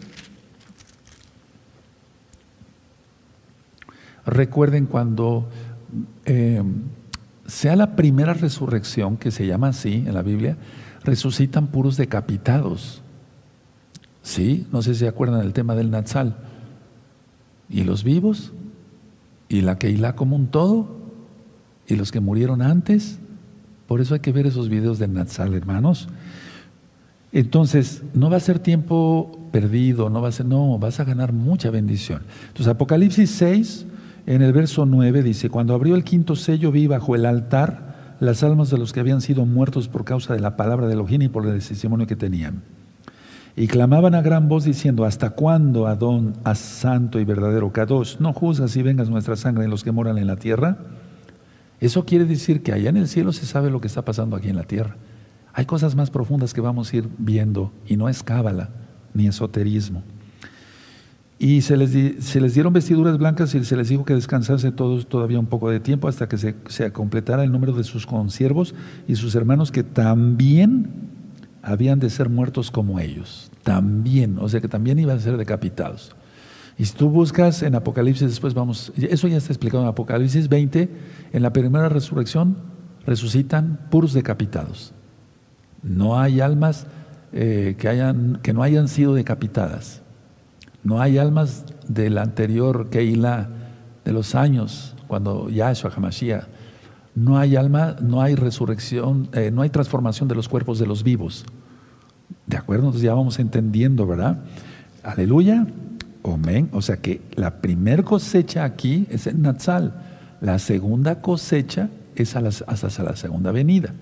recuerden cuando eh, sea la primera resurrección, que se llama así en la Biblia, resucitan puros decapitados. ¿Sí? No sé si se acuerdan del tema del Natsal. ¿Y los vivos? ¿Y la Keilah como un todo? ¿Y los que murieron antes? Por eso hay que ver esos videos del Natsal, hermanos. Entonces, no va a ser tiempo perdido, no va a ser, no, vas a ganar mucha bendición. Entonces, Apocalipsis seis, en el verso nueve dice, cuando abrió el quinto sello vi bajo el altar las almas de los que habían sido muertos por causa de la palabra de Elohim y por el testimonio que tenían. Y clamaban a gran voz diciendo, ¿hasta cuándo, Adón, a santo y verdadero Kadosh, no juzgas y vengas nuestra sangre en los que moran en la tierra? Eso quiere decir que allá en el cielo se sabe lo que está pasando aquí en la tierra. Hay cosas más profundas que vamos a ir viendo y no es cábala ni esoterismo. Y se les, di, se les dieron vestiduras blancas y se les dijo que descansase todos todavía un poco de tiempo hasta que se, se completara el número de sus consiervos y sus hermanos que también habían de ser muertos como ellos. También, o sea que también iban a ser decapitados. Y si tú buscas en Apocalipsis, después vamos, eso ya está explicado en Apocalipsis veinte, en la primera resurrección resucitan puros decapitados. No hay almas eh, que, hayan, que no hayan sido decapitadas. No hay almas del anterior Keilah, de los años, cuando Yahshua HaMashiach. No hay alma, no hay resurrección, eh, no hay transformación de los cuerpos de los vivos. ¿De acuerdo? Entonces ya vamos entendiendo, ¿verdad? Aleluya. Amén. O sea que la primer cosecha aquí es en Natsal. La segunda cosecha es a las, hasta la segunda venida.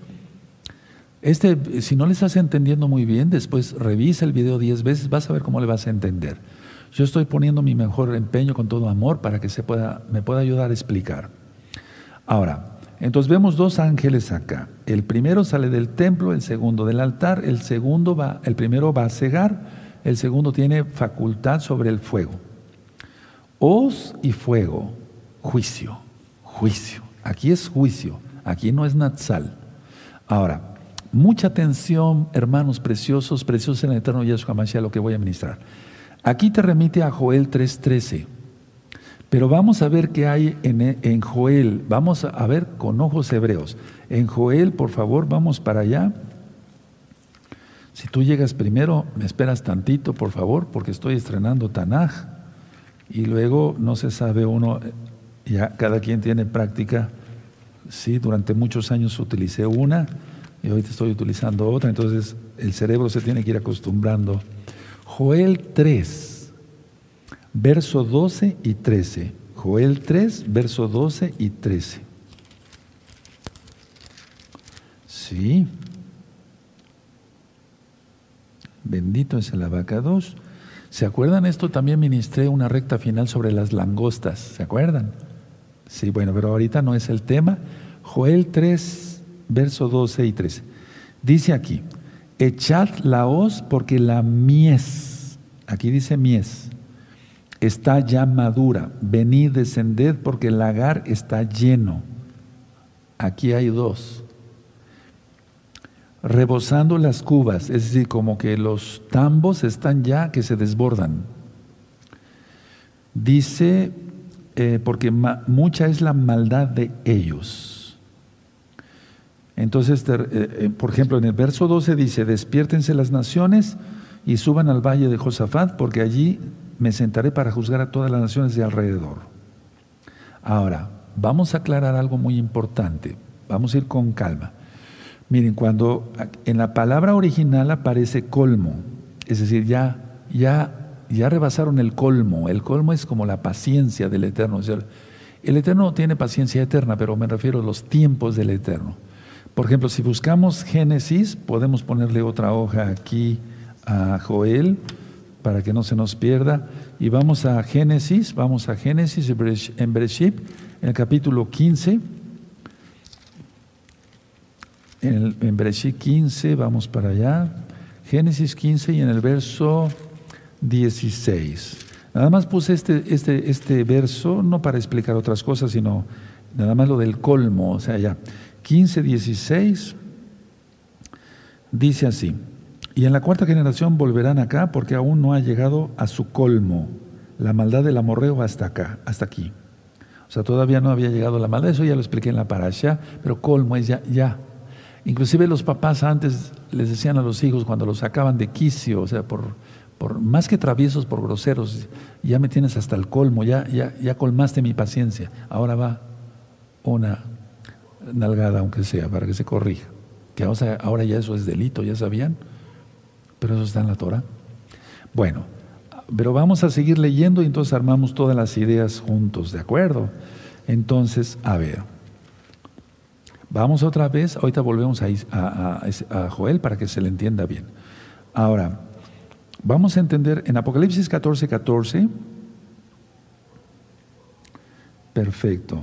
Este, si no le estás entendiendo muy bien, después revisa el video diez veces, vas a ver cómo le vas a entender. Yo estoy poniendo mi mejor empeño con todo amor para que se pueda, me pueda ayudar a explicar. Ahora, entonces vemos dos ángeles acá. El primero sale del templo, el segundo del altar, el segundo va, el primero va a cegar, el segundo tiene facultad sobre el fuego. Hoz y fuego, juicio, juicio. Aquí es juicio, aquí no es Natsal. Ahora, mucha atención, hermanos preciosos, preciosos en el eterno Yahshua Mashiach, lo que voy a ministrar. Aquí te remite a Joel tres trece. Pero vamos a ver qué hay en, en Joel. Vamos a ver con ojos hebreos. En Joel, por favor, vamos para allá. Si tú llegas primero, me esperas tantito, por favor, porque estoy estrenando Tanaj. Y luego no se sabe uno, ya cada quien tiene práctica. Sí, durante muchos años utilicé una y ahorita estoy utilizando otra. Entonces el cerebro se tiene que ir acostumbrando. Joel tres, verso doce y trece. Joel tres, verso doce y trece. Sí. Bendito es el abacados. ¿Se acuerdan? Esto también ministré una recta final sobre las langostas. ¿Se acuerdan? Sí, bueno, pero ahorita no es el tema. Joel tres, verso doce y trece. Dice aquí, echad la hoz porque la mies, aquí dice mies, está ya madura. Venid, descended porque el lagar está lleno. Aquí hay dos. Rebosando las cubas, es decir, como que los tambos están ya que se desbordan. Dice, eh, porque ma, mucha es la maldad de ellos. Entonces, ter, eh, por ejemplo, en el verso doce dice, despiértense las naciones y suban al valle de Josafat, porque allí me sentaré para juzgar a todas las naciones de alrededor. Ahora, vamos a aclarar algo muy importante. Vamos a ir con calma. Miren, cuando en la palabra original aparece colmo, es decir, ya, ya, ya rebasaron el colmo. El colmo es como la paciencia del Eterno. O sea, el Eterno no tiene paciencia eterna, pero me refiero a los tiempos del Eterno. Por ejemplo, si buscamos Génesis, podemos ponerle otra hoja aquí a Joel para que no se nos pierda. Y vamos a Génesis, vamos a Génesis en Bereshit, en el capítulo quince. En, el, en Bereshit quince, vamos para allá, Génesis quince y en el verso dieciséis. Nada más puse este, este, este verso, no para explicar otras cosas, sino nada más lo del colmo, o sea, ya, quince, dieciséis, dice así, y en la cuarta generación volverán acá porque aún no ha llegado a su colmo la maldad del amorreo hasta acá, hasta aquí. O sea, todavía no había llegado la maldad, eso ya lo expliqué en la parashá, pero colmo es ya, ya. Inclusive los papás antes les decían a los hijos cuando los sacaban de quicio, o sea, por, por más que traviesos, por groseros, ya me tienes hasta el colmo, ya, ya, ya colmaste mi paciencia, ahora va una nalgada aunque sea para que se corrija. Que ahora, ahora ya eso es delito, ya sabían, pero eso está en la Torah. Bueno, pero vamos a seguir leyendo y entonces armamos todas las ideas juntos, ¿de acuerdo? Entonces, a ver. Vamos otra vez, ahorita volvemos a, a, a, a Joel para que se le entienda bien. Ahora, vamos a entender en Apocalipsis catorce, catorce. Perfecto.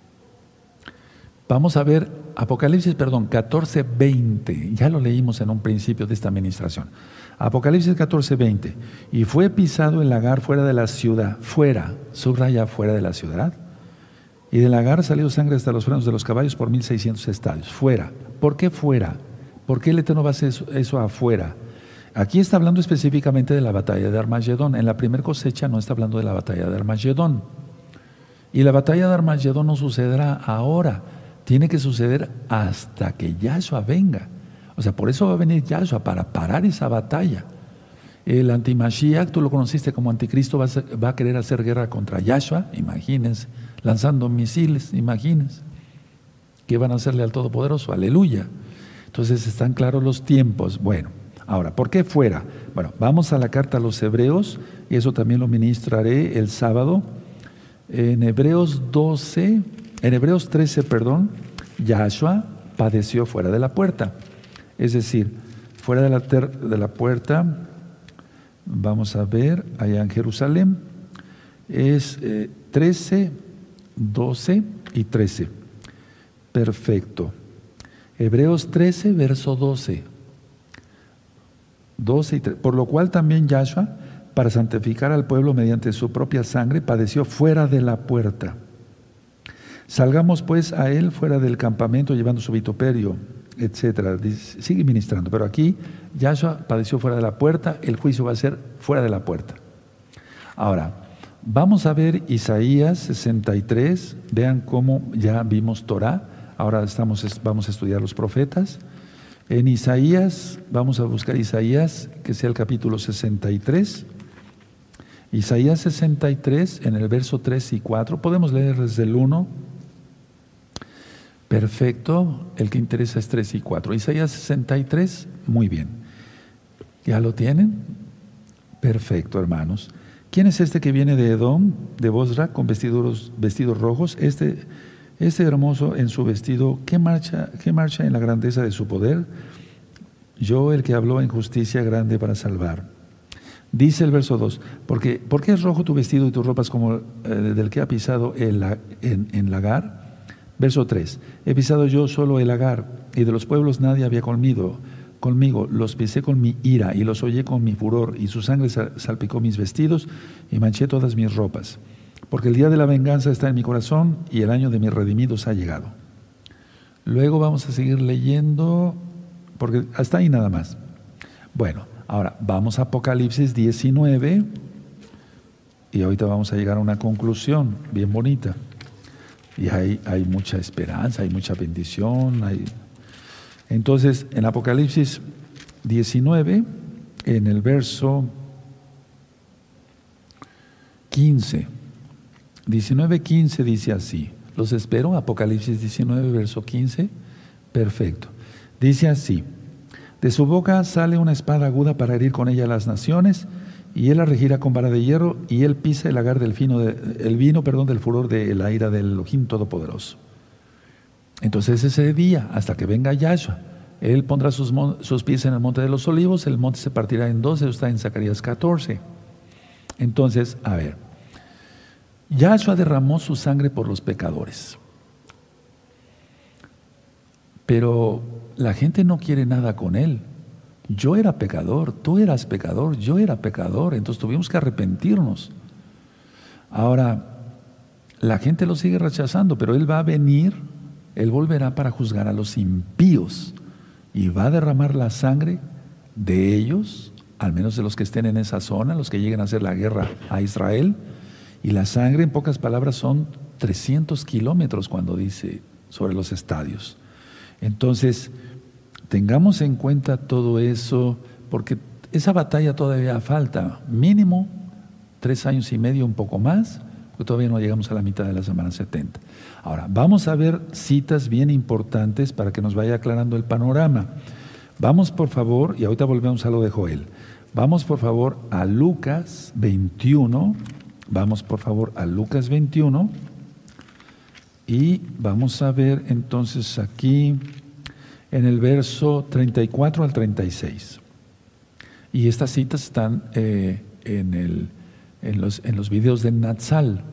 Vamos a ver Apocalipsis, perdón, catorce, veinte. Ya lo leímos en un principio de esta administración. Apocalipsis catorce, veinte. Y fue pisado el lagar fuera de la ciudad, fuera, subraya fuera de la ciudad. Y del lagar salió sangre hasta los frenos de los caballos por mil seiscientos estadios. Fuera. ¿Por qué fuera? ¿Por qué el Eterno va a hacer eso, eso afuera? Aquí está hablando específicamente de la batalla de Armagedón. En la primera cosecha no está hablando de la batalla de Armagedón. Y la batalla de Armagedón no sucederá ahora. Tiene que suceder hasta que Yahshua venga. O sea, por eso va a venir Yahshua, para parar esa batalla. El antimashiach, tú lo conociste como anticristo, va a, ser, va a querer hacer guerra contra Yahshua, imagínense. Lanzando misiles, imagínense, ¿qué van a hacerle al Todopoderoso? Aleluya. Entonces están claros los tiempos. Bueno, ahora, ¿por qué fuera? Bueno, vamos a la carta a los Hebreos, y eso también lo ministraré el sábado. En Hebreos doce, en Hebreos trece, perdón, Yahshua padeció fuera de la puerta. Es decir, fuera de la, ter, de la puerta, vamos a ver, allá en Jerusalén, es eh, trece, doce y trece. Perfecto. Hebreos trece, verso doce. doce y trece. Por lo cual también Yahshua, para santificar al pueblo mediante su propia sangre, padeció fuera de la puerta. Salgamos pues a él fuera del campamento llevando su vituperio. etcétera. Dice, sigue ministrando, pero aquí Yahshua padeció fuera de la puerta, el juicio va a ser fuera de la puerta. Ahora, vamos a ver Isaías sesenta y tres, vean cómo ya vimos Torah, ahora estamos, vamos a estudiar los profetas. En Isaías, vamos a buscar Isaías, que sea el capítulo sesenta y tres. Isaías sesenta y tres, en el verso tres y cuatro, podemos leer desde el uno. Perfecto, el que interesa es tres y cuatro. Isaías sesenta y tres, muy bien. ¿Ya lo tienen? Perfecto, hermanos. ¿Quién es este que viene de Edom, de Bosra, con vestidos, vestidos rojos? Este, este hermoso en su vestido, ¿qué marcha, qué marcha en la grandeza de su poder? Yo, el que habló en justicia grande para salvar. Dice el verso dos, porque, ¿por qué es rojo tu vestido y tus ropas como eh, del que ha pisado el, en, en lagar? Verso tres, he pisado yo solo el lagar, y de los pueblos nadie había conmigo, conmigo, los pisé con mi ira, y los hollé con mi furor, y su sangre salpicó mis vestidos, y manché todas mis ropas. Porque el día de la venganza está en mi corazón, y el año de mis redimidos ha llegado. Luego vamos a seguir leyendo, porque hasta ahí nada más. Bueno, ahora vamos a Apocalipsis diecinueve, y ahorita vamos a llegar a una conclusión bien bonita. Y hay, hay mucha esperanza, hay mucha bendición. Hay... Entonces, en Apocalipsis diecinueve, en el verso quince, diecinueve quince dice así. Los espero, Apocalipsis diecinueve, verso quince. Perfecto. Dice así: de su boca sale una espada aguda para herir con ella a las naciones, y él la regirá con vara de hierro, y él pisa el lagar del fino de, el vino, perdón, del furor de la ira del Elohim Todopoderoso. Entonces ese día, hasta que venga Yahshua, él pondrá sus, sus pies en el monte de los olivos, el monte se partirá en dos, eso está en Zacarías catorce. Entonces, a ver, Yahshua derramó su sangre por los pecadores, pero la gente no quiere nada con él. Yo era pecador, tú eras pecador, yo era pecador, entonces tuvimos que arrepentirnos. Ahora, la gente lo sigue rechazando, pero Él va a venir, Él volverá para juzgar a los impíos y va a derramar la sangre de ellos, al menos de los que estén en esa zona, los que lleguen a hacer la guerra a Israel. Y la sangre, en pocas palabras, son trescientos kilómetros cuando dice sobre los estadios. Entonces, tengamos en cuenta todo eso, porque esa batalla todavía falta, mínimo tres años y medio, un poco más, porque todavía no llegamos a la mitad de la semana setenta. Ahora, vamos a ver citas bien importantes para que nos vaya aclarando el panorama. Vamos por favor, y ahorita volvemos a lo de Joel, vamos por favor a Lucas veintiuno, vamos por favor a Lucas veintiuno, y vamos a ver entonces aquí en el verso treinta y cuatro al treinta y seis. Y estas citas están eh, en, el, en, los, en los videos de Natsal.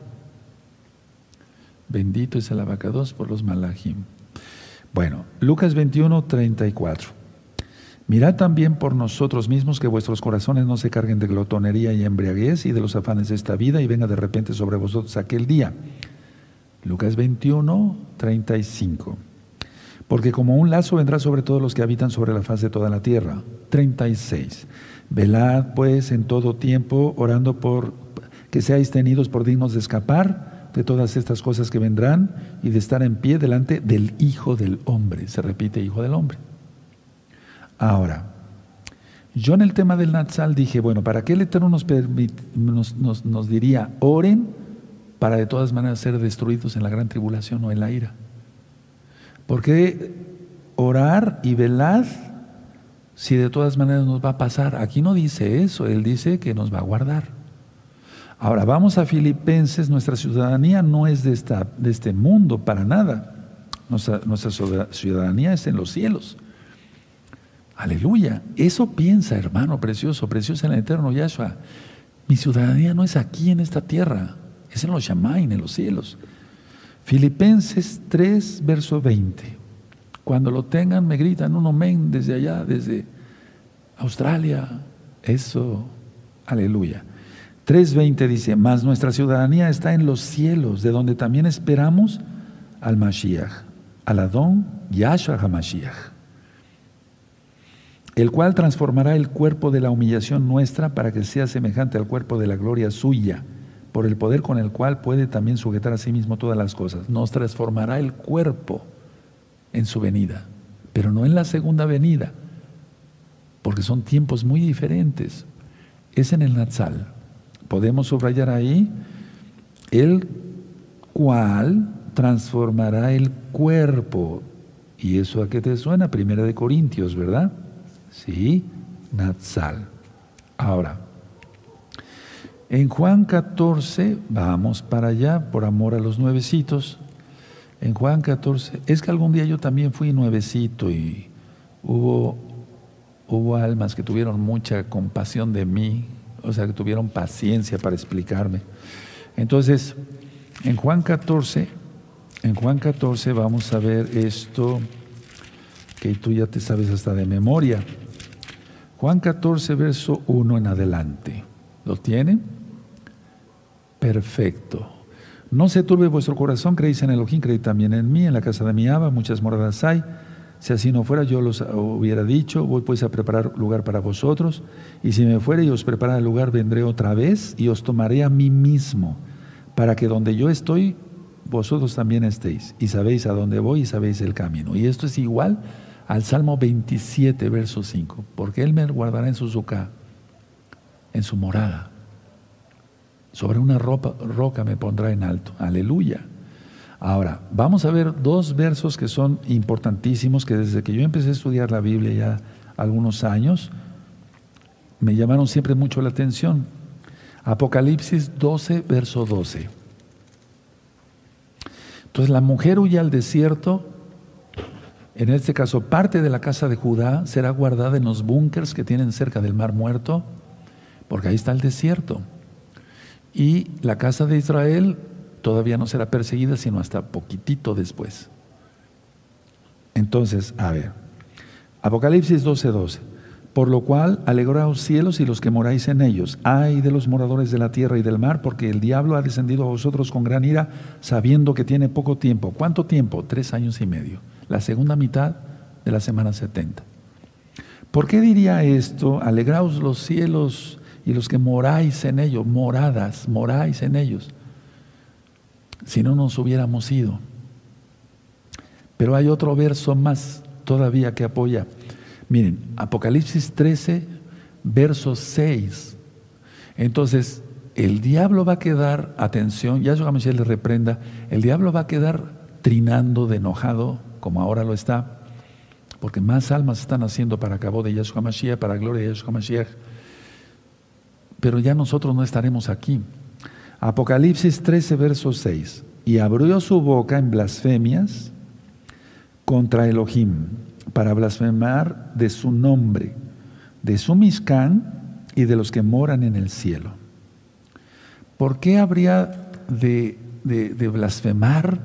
Bendito es el abacados por los malachim. Bueno, Lucas veintiuno, treinta y cuatro. Mirad también por nosotros mismos que vuestros corazones no se carguen de glotonería y embriaguez y de los afanes de esta vida, y venga de repente sobre vosotros aquel día. Lucas veintiuno, treinta y cinco. Porque como un lazo vendrá sobre todos los que habitan sobre la faz de toda la tierra. treinta y seis. Velad pues en todo tiempo, orando por que seáis tenidos por dignos de escapar de todas estas cosas que vendrán y de estar en pie delante del Hijo del Hombre. Se repite, Hijo del Hombre. Ahora, yo en el tema del Natsal dije, bueno, ¿para qué el Eterno nos, permite, nos, nos, nos diría, oren para de todas maneras ser destruidos en la gran tribulación o en la ira? ¿Por qué orar y velar si de todas maneras nos va a pasar? Aquí no dice eso, Él dice que nos va a guardar. Ahora, vamos a Filipenses, nuestra ciudadanía no es de, esta, de este mundo para nada. Nuestra, nuestra ciudadanía es en los cielos. Aleluya. Eso piensa, hermano precioso, precioso en el eterno Yahshua. Mi ciudadanía no es aquí en esta tierra, es en los Shamaim, en los cielos. Filipenses tres, verso veinte. Cuando lo tengan, me gritan un amén desde allá, desde Australia. Eso, aleluya. tres veinte dice, mas nuestra ciudadanía está en los cielos, de donde también esperamos al Mashiach, al Adón Yahshua HaMashiach. el cual transformará el cuerpo de la humillación nuestra para que sea semejante al cuerpo de la gloria suya, por el poder con el cual puede también sujetar a sí mismo todas las cosas. Nos transformará el cuerpo en su venida, pero no en la segunda venida, porque son tiempos muy diferentes. Es en el Natsal. Podemos subrayar ahí, el cual transformará el cuerpo. ¿Y eso a qué te suena? Primera de Corintios, ¿verdad? Sí, Natsal. Ahora, en Juan catorce, vamos para allá, por amor a los nuevecitos. En Juan catorce, es que algún día yo también fui nuevecito y hubo, hubo almas que tuvieron mucha compasión de mí, o sea, que tuvieron paciencia para explicarme. Entonces, en Juan catorce, en Juan catorce vamos a ver esto que tú ya te sabes hasta de memoria. Juan catorce, verso uno en adelante. ¿Lo tienen? Perfecto. No se turbe vuestro corazón, creéis en Elohim, creéis también en mí. En la casa de mi Abba muchas moradas hay. Si así no fuera, yo los hubiera dicho. Voy pues a preparar lugar para vosotros. Y si me fuere y os prepara el lugar, vendré otra vez y os tomaré a mí mismo, para que donde yo estoy, vosotros también estéis. Y sabéis a dónde voy y sabéis el camino. Y esto es igual al Salmo veintisiete, verso cinco. Porque Él me guardará en su zucá, en su morada. Sobre una ropa, roca me pondrá en alto. Aleluya. Ahora, vamos a ver dos versos que son importantísimos, que desde que yo empecé a estudiar la Biblia ya algunos años, me llamaron siempre mucho la atención. Apocalipsis doce, verso doce. Entonces la mujer huye al desierto. En este caso, parte de la casa de Judá será guardada en los búnkers que tienen cerca del Mar Muerto, porque ahí está el desierto. Y la casa de Israel todavía no será perseguida, sino hasta poquitito después. Entonces, a ver, Apocalipsis doce, doce. Por lo cual, alegraos cielos y los que moráis en ellos. Ay de los moradores de la tierra y del mar, porque el diablo ha descendido a vosotros con gran ira, sabiendo que tiene poco tiempo. ¿Cuánto tiempo? Tres años y medio. La segunda mitad de la semana setenta. ¿Por qué diría esto? Alegraos los cielos y los que moráis en ellos, moradas, moráis en ellos, si no nos hubiéramos ido. Pero hay otro verso más todavía que apoya. Miren, Apocalipsis trece, verso seis. Entonces, el diablo va a quedar, atención, Yahshua Mashiach le reprenda, el diablo va a quedar trinando de enojado, como ahora lo está, porque más almas están haciendo para cabo de Yahshua Mashiach, para gloria de Yahshua Mashiach. Pero ya nosotros no estaremos aquí. Apocalipsis trece, verso seis. Y abrió su boca en blasfemias contra Elohim, para blasfemar de su nombre, de su Mishkan y de los que moran en el cielo. ¿Por qué habría de, de, de blasfemar?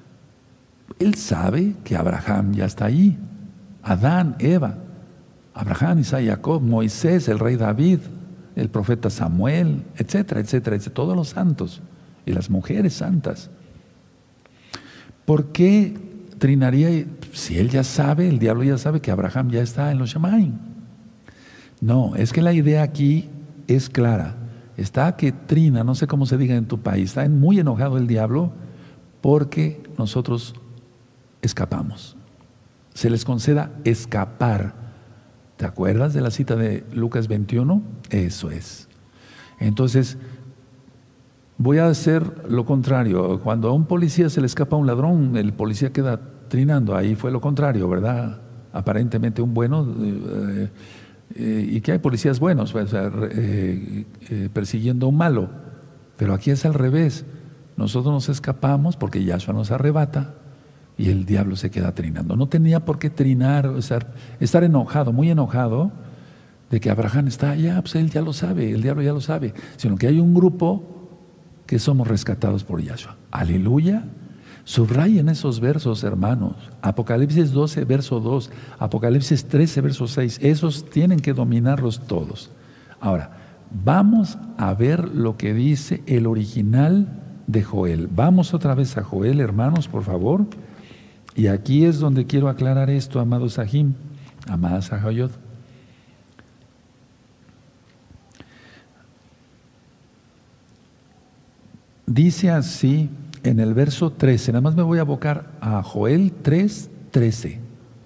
Él sabe que Abraham ya está ahí. Adán, Eva, Abraham, Isaac, Jacob, Moisés, el rey David, el profeta Samuel, etcétera, etcétera, etcétera, todos los santos y las mujeres santas. ¿Por qué trinaría? Si él ya sabe, el diablo ya sabe que Abraham ya está en los Shamaim. No, es que la idea aquí es clara. Está que trina, no sé cómo se diga en tu país, está muy enojado el diablo porque nosotros escapamos. Se les conceda escapar. ¿Te acuerdas de la cita de Lucas veintiuno? Eso es. Entonces, voy a hacer lo contrario. Cuando a un policía se le escapa un ladrón, el policía queda trinando. Ahí fue lo contrario, ¿verdad? Aparentemente un bueno. Eh, eh, y que hay policías buenos, pues, eh, eh, persiguiendo a un malo. Pero aquí es al revés. Nosotros nos escapamos porque Yahshua nos arrebata y el diablo se queda trinando. No tenía por qué trinar, o sea, estar enojado, muy enojado, de que Abraham está allá, pues él ya lo sabe, el diablo ya lo sabe, sino que hay un grupo que somos rescatados por Yahshua. Aleluya. Subrayen esos versos, hermanos. Apocalipsis doce, verso dos, Apocalipsis trece, verso seis, esos tienen que dominarlos todos. Ahora, vamos a ver lo que dice el original de Joel. Vamos otra vez a Joel, hermanos, por favor. Y aquí es donde quiero aclarar esto, amados Sahim, amadas Sahayot. Dice así en el verso trece, nada más me voy a abocar a Joel tres, trece.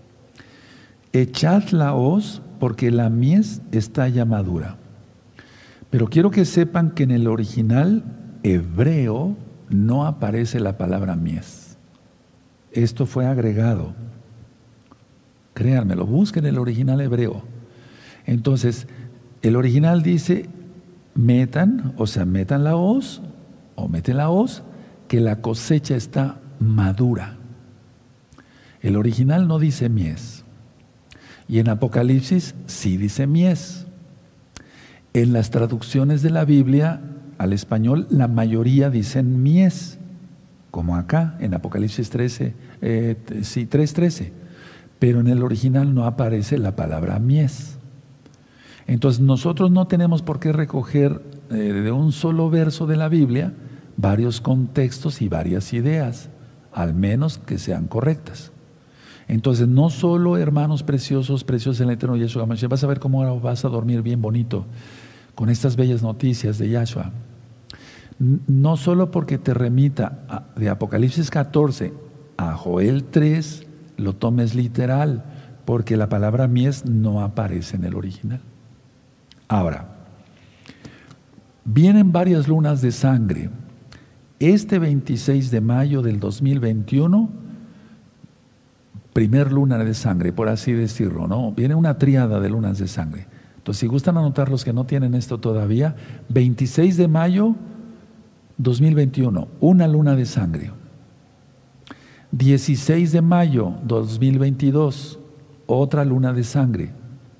Echad la hoz porque la mies está ya madura. Pero quiero que sepan que en el original hebreo no aparece la palabra mies. Esto fue agregado. Créanmelo, busquen el original hebreo. Entonces, el original dice, metan, o sea, metan la hoz, o meten la hoz, que la cosecha está madura. El original no dice mies. Y en Apocalipsis sí dice mies. En las traducciones de la Biblia al español, la mayoría dicen mies, como acá en Apocalipsis trece, eh, sí, tres trece. Pero en el original no aparece la palabra mies. Entonces nosotros no tenemos por qué recoger eh, de un solo verso de la Biblia varios contextos y varias ideas, al menos que sean correctas. Entonces no solo, hermanos preciosos, preciosos en el eterno Yeshua Mashiach, vas a ver cómo ahora vas a dormir bien bonito con estas bellas noticias de Yahshua. No solo porque te remita a, de Apocalipsis catorce a Joel tres, lo tomes literal, porque la palabra mies no aparece en el original. Ahora, vienen varias lunas de sangre. Este veintiséis de mayo del dos mil veintiuno, primer luna de sangre, por así decirlo, ¿no? Viene una tríada de lunas de sangre. Entonces, si gustan anotar los que no tienen esto todavía, veintiséis de mayo dos mil veintiuno, una luna de sangre. dieciséis de mayo dos mil veintidós, otra luna de sangre.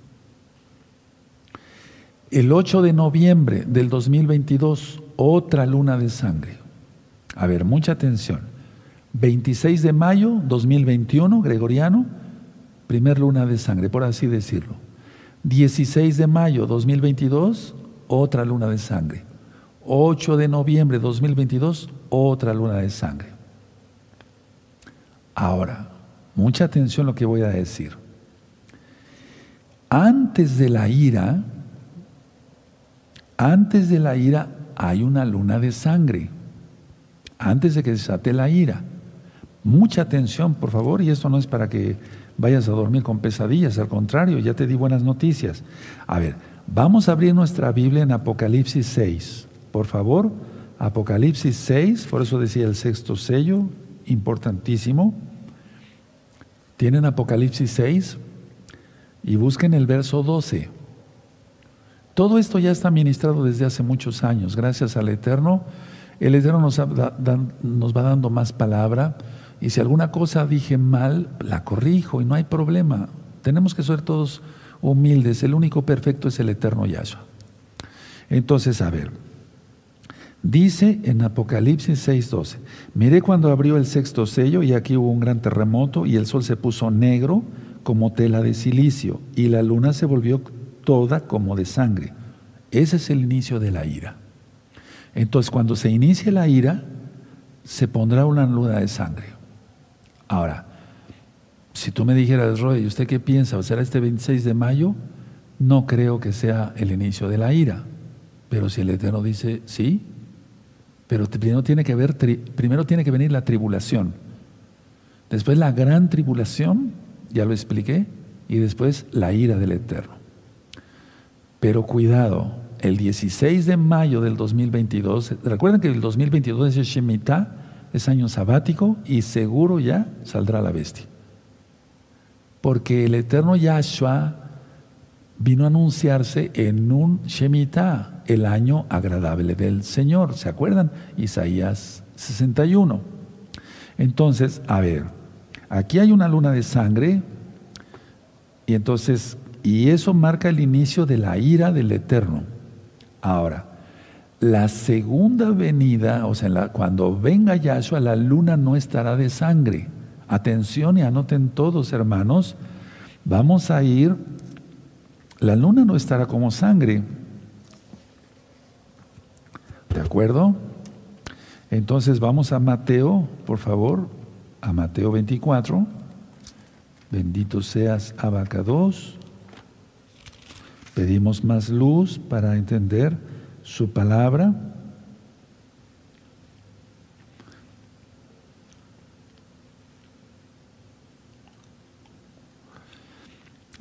El ocho de noviembre del dos mil veintidós, otra luna de sangre. A ver, mucha atención. veintiséis de mayo dos mil veintiuno, gregoriano, primer luna de sangre, por así decirlo. dieciséis de mayo dos mil veintidós, otra luna de sangre. ocho de noviembre dos mil veintidós, otra luna de sangre. Ahora, mucha atención a lo que voy a decir. Antes de la ira, antes de la ira hay una luna de sangre. Antes de que desate la ira. Mucha atención, por favor, y esto no es para que vayas a dormir con pesadillas, al contrario, ya te di buenas noticias. A ver, vamos a abrir nuestra Biblia en Apocalipsis seis. Por favor, Apocalipsis seis, por eso decía el sexto sello, importantísimo. Tienen Apocalipsis seis y busquen el verso doce. Todo esto ya está ministrado desde hace muchos años, gracias al Eterno. El Eterno nos, da, da, nos va dando más palabra, y si alguna cosa dije mal, la corrijo y no hay problema. Tenemos que ser todos humildes, el único perfecto es el Eterno Yahshua. Entonces, a ver, dice en Apocalipsis seis doce, miré cuando abrió el sexto sello y aquí hubo un gran terremoto y el sol se puso negro como tela de silicio y la luna se volvió toda como de sangre. Ese es el inicio de la ira. Entonces, cuando se inicie la ira, se pondrá una luna de sangre. Ahora, si tú me dijeras, Roy, ¿y usted qué piensa? ¿Será este veintiséis de mayo? No creo que sea el inicio de la ira. Pero si el Eterno dice sí, pero primero tiene que ver, primero tiene que venir la tribulación. Después la gran tribulación, ya lo expliqué, y después la ira del Eterno. Pero cuidado. El dieciséis de mayo del dos mil veintidós, recuerden que el dos mil veintidós es Shemitah, es año sabático y seguro ya saldrá la bestia. Porque el eterno Yahshua vino a anunciarse en un Shemitah, el año agradable del Señor. ¿Se acuerdan? Isaías sesenta y uno. Entonces, a ver, aquí hay una luna de sangre y entonces, y eso marca el inicio de la ira del Eterno. Ahora, la segunda venida, o sea, la, cuando venga Yahshua, la luna no estará de sangre. Atención y anoten todos, hermanos. Vamos a ir, la luna no estará como sangre. ¿De acuerdo? Entonces vamos a Mateo, por favor, a Mateo veinticuatro. Bendito seas, Abacados. Pedimos más luz para entender su palabra.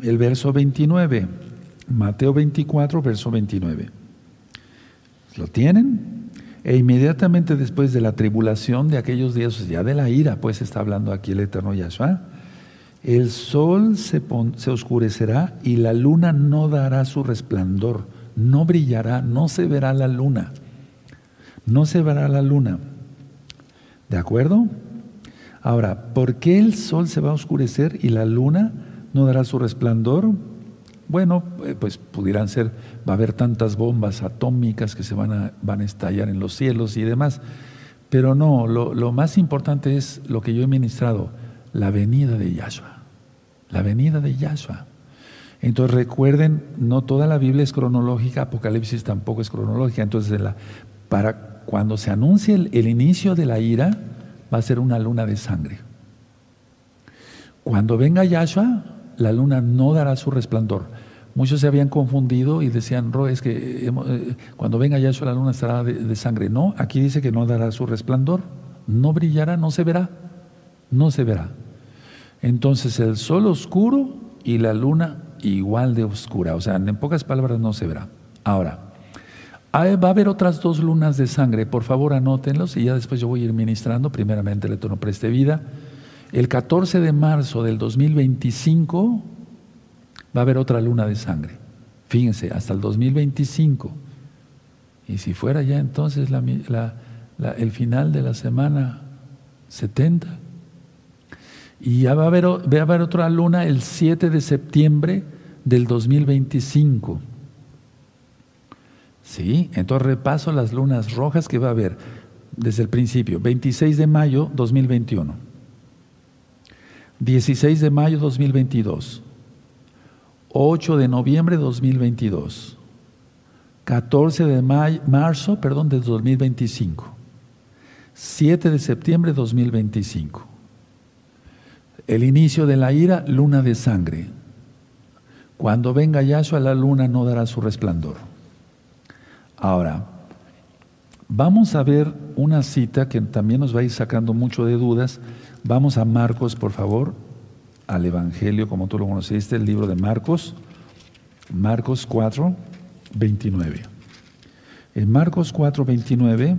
el verso veintinueve, Mateo veinticuatro, verso veintinueve. ¿Lo tienen? E inmediatamente después de la tribulación de aquellos días, ya de la ira, pues está hablando aquí el eterno Yahshua, el sol se, pon, se oscurecerá y la luna no dará su resplandor, no brillará, no se verá la luna, no se verá la luna. ¿De acuerdo? Ahora, ¿por qué el sol se va a oscurecer y la luna no dará su resplandor? Bueno, pues pudieran ser, va a haber tantas bombas atómicas que se van a, van a estallar en los cielos y demás, pero no, lo, lo más importante es lo que yo he ministrado, la venida de Yahshua, la venida de Yahshua. Entonces recuerden, no toda la Biblia es cronológica, Apocalipsis tampoco es cronológica, entonces la, para cuando se anuncie el, el inicio de la ira, va a ser una luna de sangre. Cuando venga Yahshua, la luna no dará su resplandor. Muchos se habían confundido y decían, Ro, es que eh, cuando venga Yahshua la luna estará de, de sangre. No, aquí dice que no dará su resplandor, no brillará, no se verá, no se verá. Entonces el sol oscuro y la luna igual de oscura, o sea, en pocas palabras no se verá. Ahora, va a haber otras dos lunas de sangre, por favor anótenlos y ya después yo voy a ir ministrando, primeramente el Eterno preste vida. El catorce de marzo del dos mil veinticinco va a haber otra luna de sangre. Fíjense, hasta el dos mil veinticinco. Y si fuera ya entonces la, la, la, el final de la semana setenta. Y ya va a, haber, va a haber otra luna el siete de septiembre del dos mil veinticinco. Sí, entonces repaso las lunas rojas que va a haber desde el principio. veintiséis de mayo dos mil veintiuno. dieciséis de mayo dos mil veintidós, ocho de noviembre dos mil veintidós, catorce de mayo, marzo perdón, del dos mil veinticinco, siete de septiembre dos mil veinticinco. El inicio de la ira, luna de sangre. Cuando venga Yahshua, la luna no dará su resplandor. Ahora, vamos a ver una cita que también nos va a ir sacando mucho de dudas. Vamos a Marcos, por favor, al Evangelio, como tú lo conociste, el libro de Marcos, Marcos cuatro, veintinueve. En Marcos cuatro, veintinueve,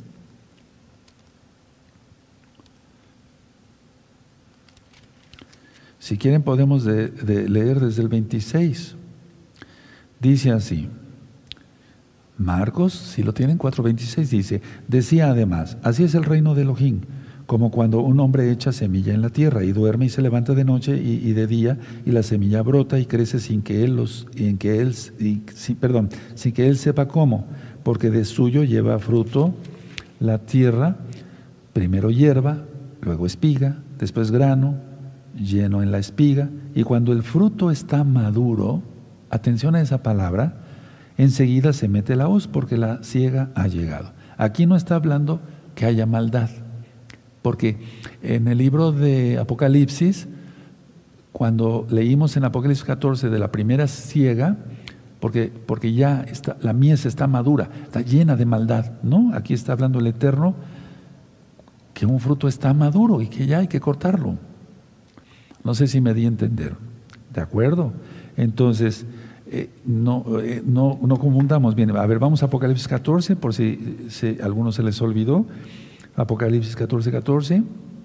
si quieren podemos de, de leer desde el veintiséis. Dice así, Marcos, si lo tienen, cuatro, veintiséis, dice, decía además, así es el reino de Elohim, como cuando un hombre echa semilla en la tierra y duerme y se levanta de noche y, y de día y la semilla brota y crece sin que él los, en que él, y, sin, perdón, sin que él sepa cómo, porque de suyo lleva fruto la tierra, primero hierba, luego espiga, después grano, lleno en la espiga, y cuando el fruto está maduro, atención a esa palabra, enseguida se mete la hoz porque la siega ha llegado. Aquí no está hablando que haya maldad, porque en el libro de Apocalipsis, cuando leímos en Apocalipsis catorce de la primera siega, porque, porque ya está, la mies está madura, está llena de maldad, ¿no? Aquí está hablando el Eterno que un fruto está maduro y que ya hay que cortarlo. No sé si me di a entender, ¿de acuerdo? Entonces, eh, no, eh, no, no confundamos bien. A ver, vamos a Apocalipsis catorce, por si, si a algunos se les olvidó. Apocalipsis catorce, catorce.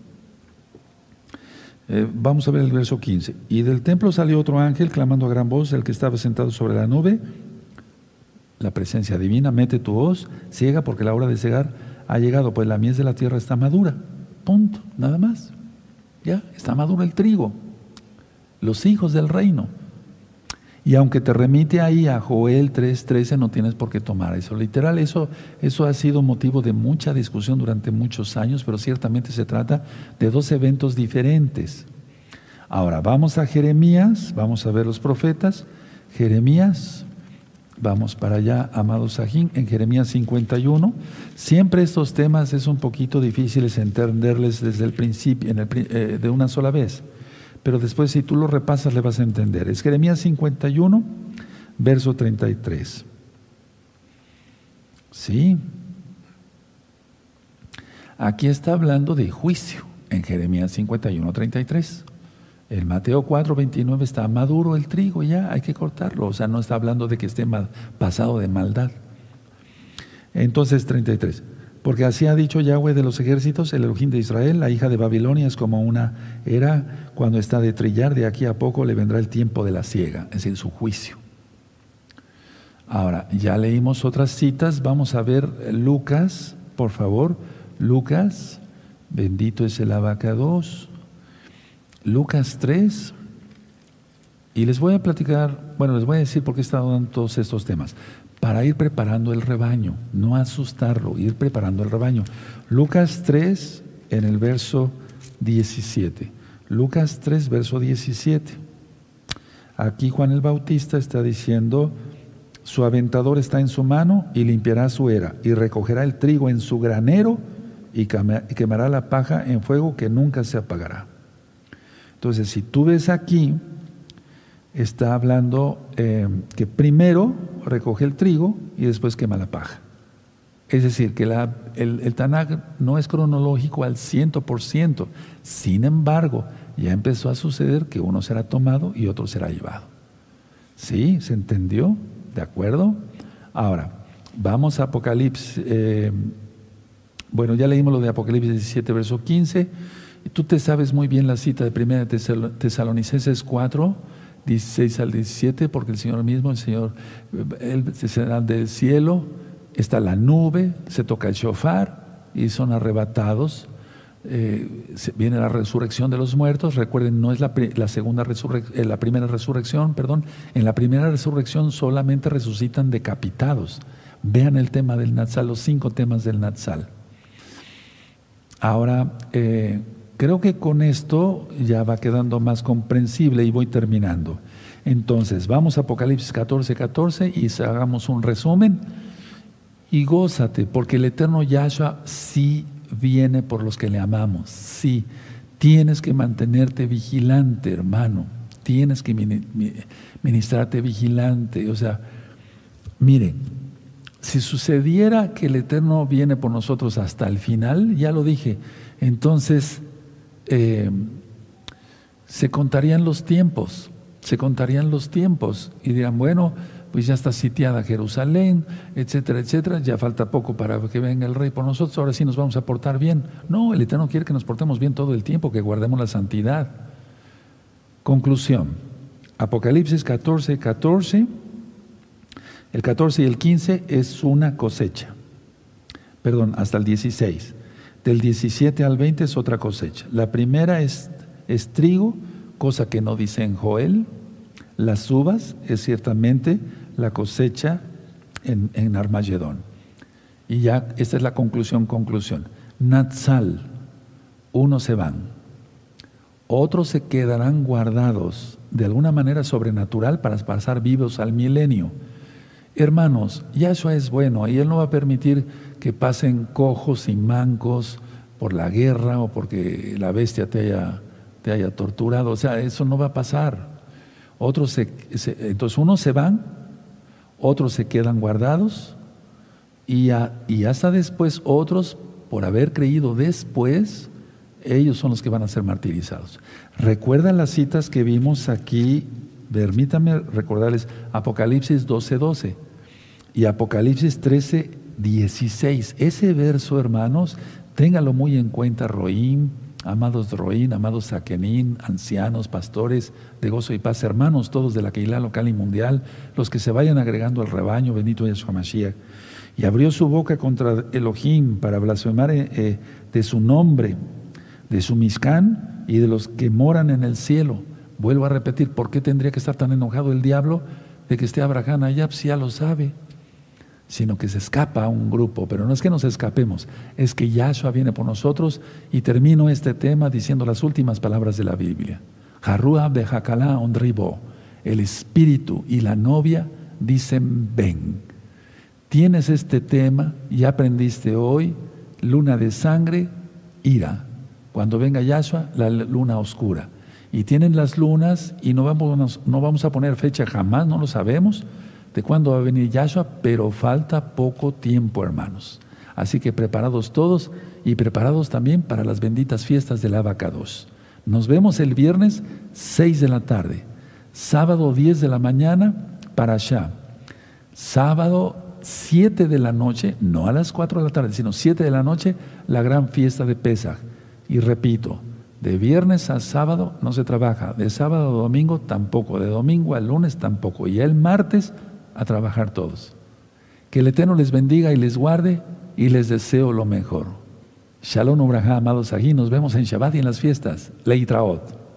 Eh, vamos a ver el verso quince. Y del templo salió otro ángel clamando a gran voz, el que estaba sentado sobre la nube, la presencia divina, mete tu hoz, ciega porque la hora de cegar ha llegado, pues la mies de la tierra está madura. Punto, nada más. Ya, está maduro el trigo, los hijos del reino. Y aunque te remite ahí a Joel tres trece, no tienes por qué tomar eso literal. Eso, eso ha sido motivo de mucha discusión durante muchos años, pero ciertamente se trata de dos eventos diferentes. Ahora, vamos a Jeremías, vamos a ver los profetas. Jeremías, vamos para allá, amados Sajín, en Jeremías cincuenta y uno. Siempre estos temas es un poquito difíciles entenderles desde el principio, en el, eh, de una sola vez. Pero después si tú lo repasas le vas a entender. Es Jeremías cincuenta y uno, verso treinta y tres. Sí. Aquí está hablando de juicio, en Jeremías cincuenta y uno, treinta y tres. En Mateo cuatro veintinueve está maduro el trigo, ya hay que cortarlo. O sea, no está hablando de que esté mal, pasado de maldad. Entonces, treinta y tres. Porque así ha dicho Yahweh de los ejércitos, el Elohim de Israel, la hija de Babilonia es como una era cuando está de trillar, de aquí a poco le vendrá el tiempo de la siega, es decir, su juicio. Ahora, ya leímos otras citas, vamos a ver Lucas, por favor, Lucas, bendito es el abacados, Lucas tres, y les voy a platicar, bueno, les voy a decir por qué he estado dando todos estos temas. Para ir preparando el rebaño, no asustarlo, ir preparando el rebaño. Lucas tres, en el verso diecisiete. Lucas tres, verso diecisiete. Aquí Juan el Bautista está diciendo, su aventador está en su mano y limpiará su era, y recogerá el trigo en su granero y quemará la paja en fuego que nunca se apagará. Entonces, si tú ves aquí, está hablando eh, que primero recoge el trigo y después quema la paja. Es decir, que la, el, el Tanaj no es cronológico al ciento por ciento. Sin embargo, ya empezó a suceder que uno será tomado y otro será llevado. ¿Sí? ¿Se entendió? ¿De acuerdo? Ahora, vamos a Apocalipsis. Eh, bueno, ya leímos lo de Apocalipsis diecisiete, verso quince. Tú te sabes muy bien la cita de primera Tesalonicenses cuatro, dieciséis al diecisiete, porque el Señor mismo, el Señor, Él será del cielo, está la nube, se toca el shofar y son arrebatados. Eh, viene la resurrección de los muertos. Recuerden, no es la, la segunda resurrección, la primera resurrección, perdón. En la primera resurrección solamente resucitan decapitados. Vean el tema del Natsal, los cinco temas del Natsal. Ahora, eh, creo que con esto ya va quedando más comprensible y voy terminando. Entonces, vamos a Apocalipsis catorce, catorce y hagamos un resumen. Y gózate, porque el eterno Yahshua sí viene por los que le amamos. Sí, tienes que mantenerte vigilante, hermano. Tienes que ministrarte vigilante. O sea, miren, si sucediera que el Eterno viene por nosotros hasta el final, ya lo dije, entonces eh, se contarían los tiempos, se contarían los tiempos y dirán, bueno, pues ya está sitiada Jerusalén, etcétera, etcétera, ya falta poco para que venga el Rey por nosotros, ahora sí nos vamos a portar bien. No, el Eterno quiere que nos portemos bien todo el tiempo, que guardemos la santidad. Conclusión, Apocalipsis catorce, catorce, el catorce y el quince es una cosecha, perdón, hasta el dieciséis, del diecisiete al veinte es otra cosecha. La primera es, es trigo, cosa que no dice en Joel. Las uvas es ciertamente la cosecha en, en Armagedón. Y ya esta es la conclusión, conclusión. Natsal, unos se van, otros se quedarán guardados de alguna manera sobrenatural para pasar vivos al milenio. Hermanos, Yahshua es bueno y Él no va a permitir que pasen cojos y mancos por la guerra o porque la bestia te haya, te haya torturado. O sea, eso no va a pasar. Otros se, se, entonces unos se van, otros se quedan guardados y, a, y hasta después otros, por haber creído después, ellos son los que van a ser martirizados. ¿Recuerdan las citas que vimos aquí? Permítanme recordarles Apocalipsis doce, doce y Apocalipsis trece, dieciséis. Ese verso, hermanos, ténganlo muy en cuenta, Roim, amados Roim, amados Saquenín, ancianos, pastores de gozo y paz, hermanos todos de la Keilah local y mundial, los que se vayan agregando al rebaño, bendito Yahshua Mashiach. Y abrió su boca contra Elohim para blasfemar eh, de su nombre, de su Mishkan y de los que moran en el cielo. Vuelvo a repetir, ¿por qué tendría que estar tan enojado el diablo de que esté Abraham allá? Pues ya lo sabe, sino que se escapa a un grupo. Pero no es que nos escapemos, es que Yahshua viene por nosotros. Y termino este tema diciendo las últimas palabras de la Biblia. Harua bejakalá ondribo, el espíritu y la novia dicen ven. Tienes este tema, ya aprendiste hoy, luna de sangre, ira. Cuando venga Yahshua, la luna oscura. Y tienen las lunas y no vamos, no vamos a poner fecha jamás, no lo sabemos de cuándo va a venir Yahshua, pero falta poco tiempo, hermanos. Así que preparados todos y preparados también para las benditas fiestas del Abacados. Nos vemos el viernes seis de la tarde, sábado diez de la mañana, Parashá, sábado siete de la noche, no a las cuatro de la tarde, sino siete de la noche, la gran fiesta de Pesaj. Y repito, de viernes a sábado no se trabaja, de sábado a domingo tampoco, de domingo a lunes tampoco, y el martes a trabajar todos. Que el Eterno les bendiga y les guarde, y les deseo lo mejor. Shalom Ubrajá, amados aquí, nos vemos en Shabbat y en las fiestas. Leitraot.